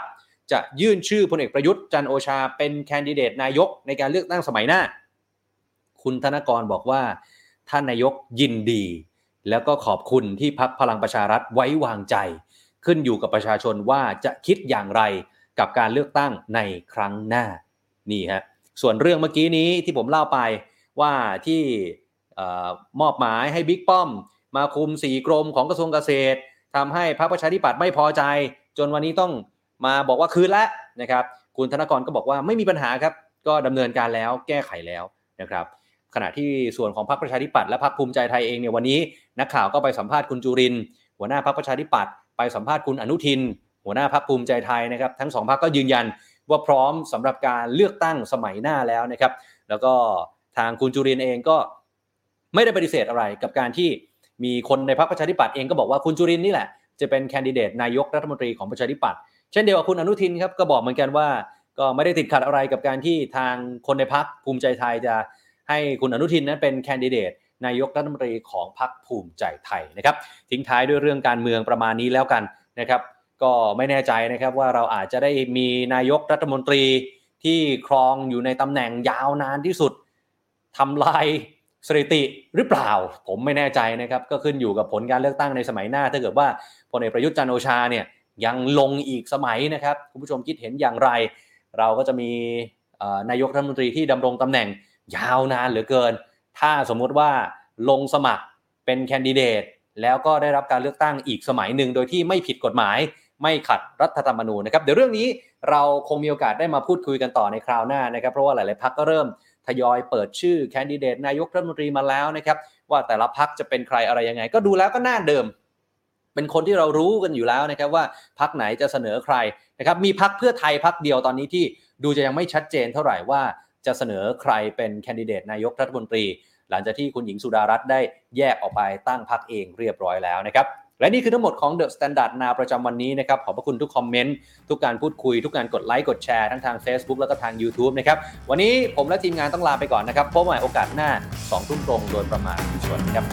จะยื่นชื่อพลเอกประยุทธ์จันทร์โอชาเป็นแคนดิเดตนายกในการเลือกตั้งสมัยหน้าคุณธนกรบอกว่าท่านนายกยินดีแล้วก็ขอบคุณที่พรรคพลังประชารัฐไว้วางใจขึ้นอยู่กับประชาชนว่าจะคิดอย่างไรกับการเลือกตั้งในครั้งหน้านี่ฮะส่วนเรื่องเมื่อกี้นี้ที่ผมเล่าไปว่าที่มอบหมายให้บิ๊กป้อมมาคุมสี่กรมของกระทรวงเกษตรทำให้พรรคประชาธิปัตย์ไม่พอใจจนวันนี้ต้องมาบอกว่าคืนแล้วนะครับคุณธนกรก็บอกว่าไม่มีปัญหาครับก็ดำเนินการแล้วแก้ไขแล้วนะครับขณะที่ส่วนของพรรคประชาธิปัตย์และพรรคภูมิใจไทยเองเนี่ยวันนี้นักข่าวก็ไปสัมภาษณ์คุณจุรินทร์หัวหน้าพรรคประชาธิปัตย์ไปสัมภาษณ์คุณอนุทินหัวหน้าพรรคภูมิใจไทยนะครับทั้งสองพรรคก็ยืนยันว่าพร้อมสำหรับการเลือกตั้งสมัยหน้าแล้วนะครับแล้วก็ทางคุณจุรินทร์เองก็ไม่ได้ปฏิเสธอะไรกับการที่มีคนในพรรคประชาธิปัตย์เองก็บอกว่าคุณจุรินทร์นี่แหละจะเป็นแคนดิเดตนายกรัฐมนตรีของประชาธิปัตย์เช่นเดียวกับคุณอนุทินครับก็บอกเหมือนกันว่าก็ไม่ได้ติดขัดอะไรกับการที่ทางคนในพรรคภูมิใจไทยจะให้คุณอนุทินนั้นเป็นแคนดิเดตนายกรัฐมนตรีของพรรคภูมิใจไทยนะครับทิ้งท้ายด้วยเรื่องการเมืองประมาณนี้แล้วกันนะครับก็ไม่แน่ใจนะครับว่าเราอาจจะได้มีนายกรัฐมนตรีที่ครองอยู่ในตำแหน่งยาวนานที่สุดทำลายสถิติหรือเปล่าผมไม่แน่ใจนะครับก็ขึ้นอยู่กับผลการเลือกตั้งในสมัยหน้าถ้าเกิดว่าพลเอกประยุทธ์จันทร์โอชาเนี่ยยังลงอีกสมัยนะครับคุณผู้ชมคิดเห็นอย่างไรเราก็จะมีนายกรัฐมนตรีที่ดำรงตำแหน่งยาวนานเหลือเกินถ้าสมมุติว่าลงสมัครเป็นแคนดิเดตแล้วก็ได้รับการเลือกตั้งอีกสมัยหนึ่งโดยที่ไม่ผิดกฎหมายไม่ขัดรัฐธรรมนูญนะครับเดี๋ยวเรื่องนี้เราคงมีโอกาสได้มาพูดคุยกันต่อในคราวหน้านะครับเพราะว่าหลายๆพรรคก็เริ่มทยอยเปิดชื่อแคนดิเดตนายกรัฐมนตรีมาแล้วนะครับว่าแต่ละพรรคจะเป็นใครอะไรยังไงก็ดูแล้วก็หน้าเดิมเป็นคนที่เรารู้กันอยู่แล้วนะครับว่าพรรคไหนจะเสนอใครนะครับมีพรรคเพื่อไทยพรรคเดียวตอนนี้ที่ดูจะยังไม่ชัดเจนเท่าไหร่ว่าจะเสนอใครเป็นแคนดิเดตนายกรัฐมนตรีหลังจากที่คุณหญิงสุดารัตน์ได้แยกออกไปตั้งพรรคเองเรียบร้อยแล้วนะครับและนี่คือทั้งหมดของ The Standard Now ประจำวันนี้นะครับขอบพระคุณทุกคอมเมนต์ทุกการพูดคุยทุกการกดไลค์กดแชร์ทั้งทาง Facebook แล้วก็ทาง YouTube นะครับวันนี้ผมและทีมงานต้องลาไปก่อนนะครับพบกันใหม่โอกาสหน้า สองทุ่มตรงโดยประมาณสวัสดีครับ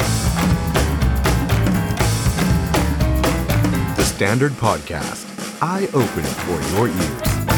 The Standard Podcast Eye Open for Your Ears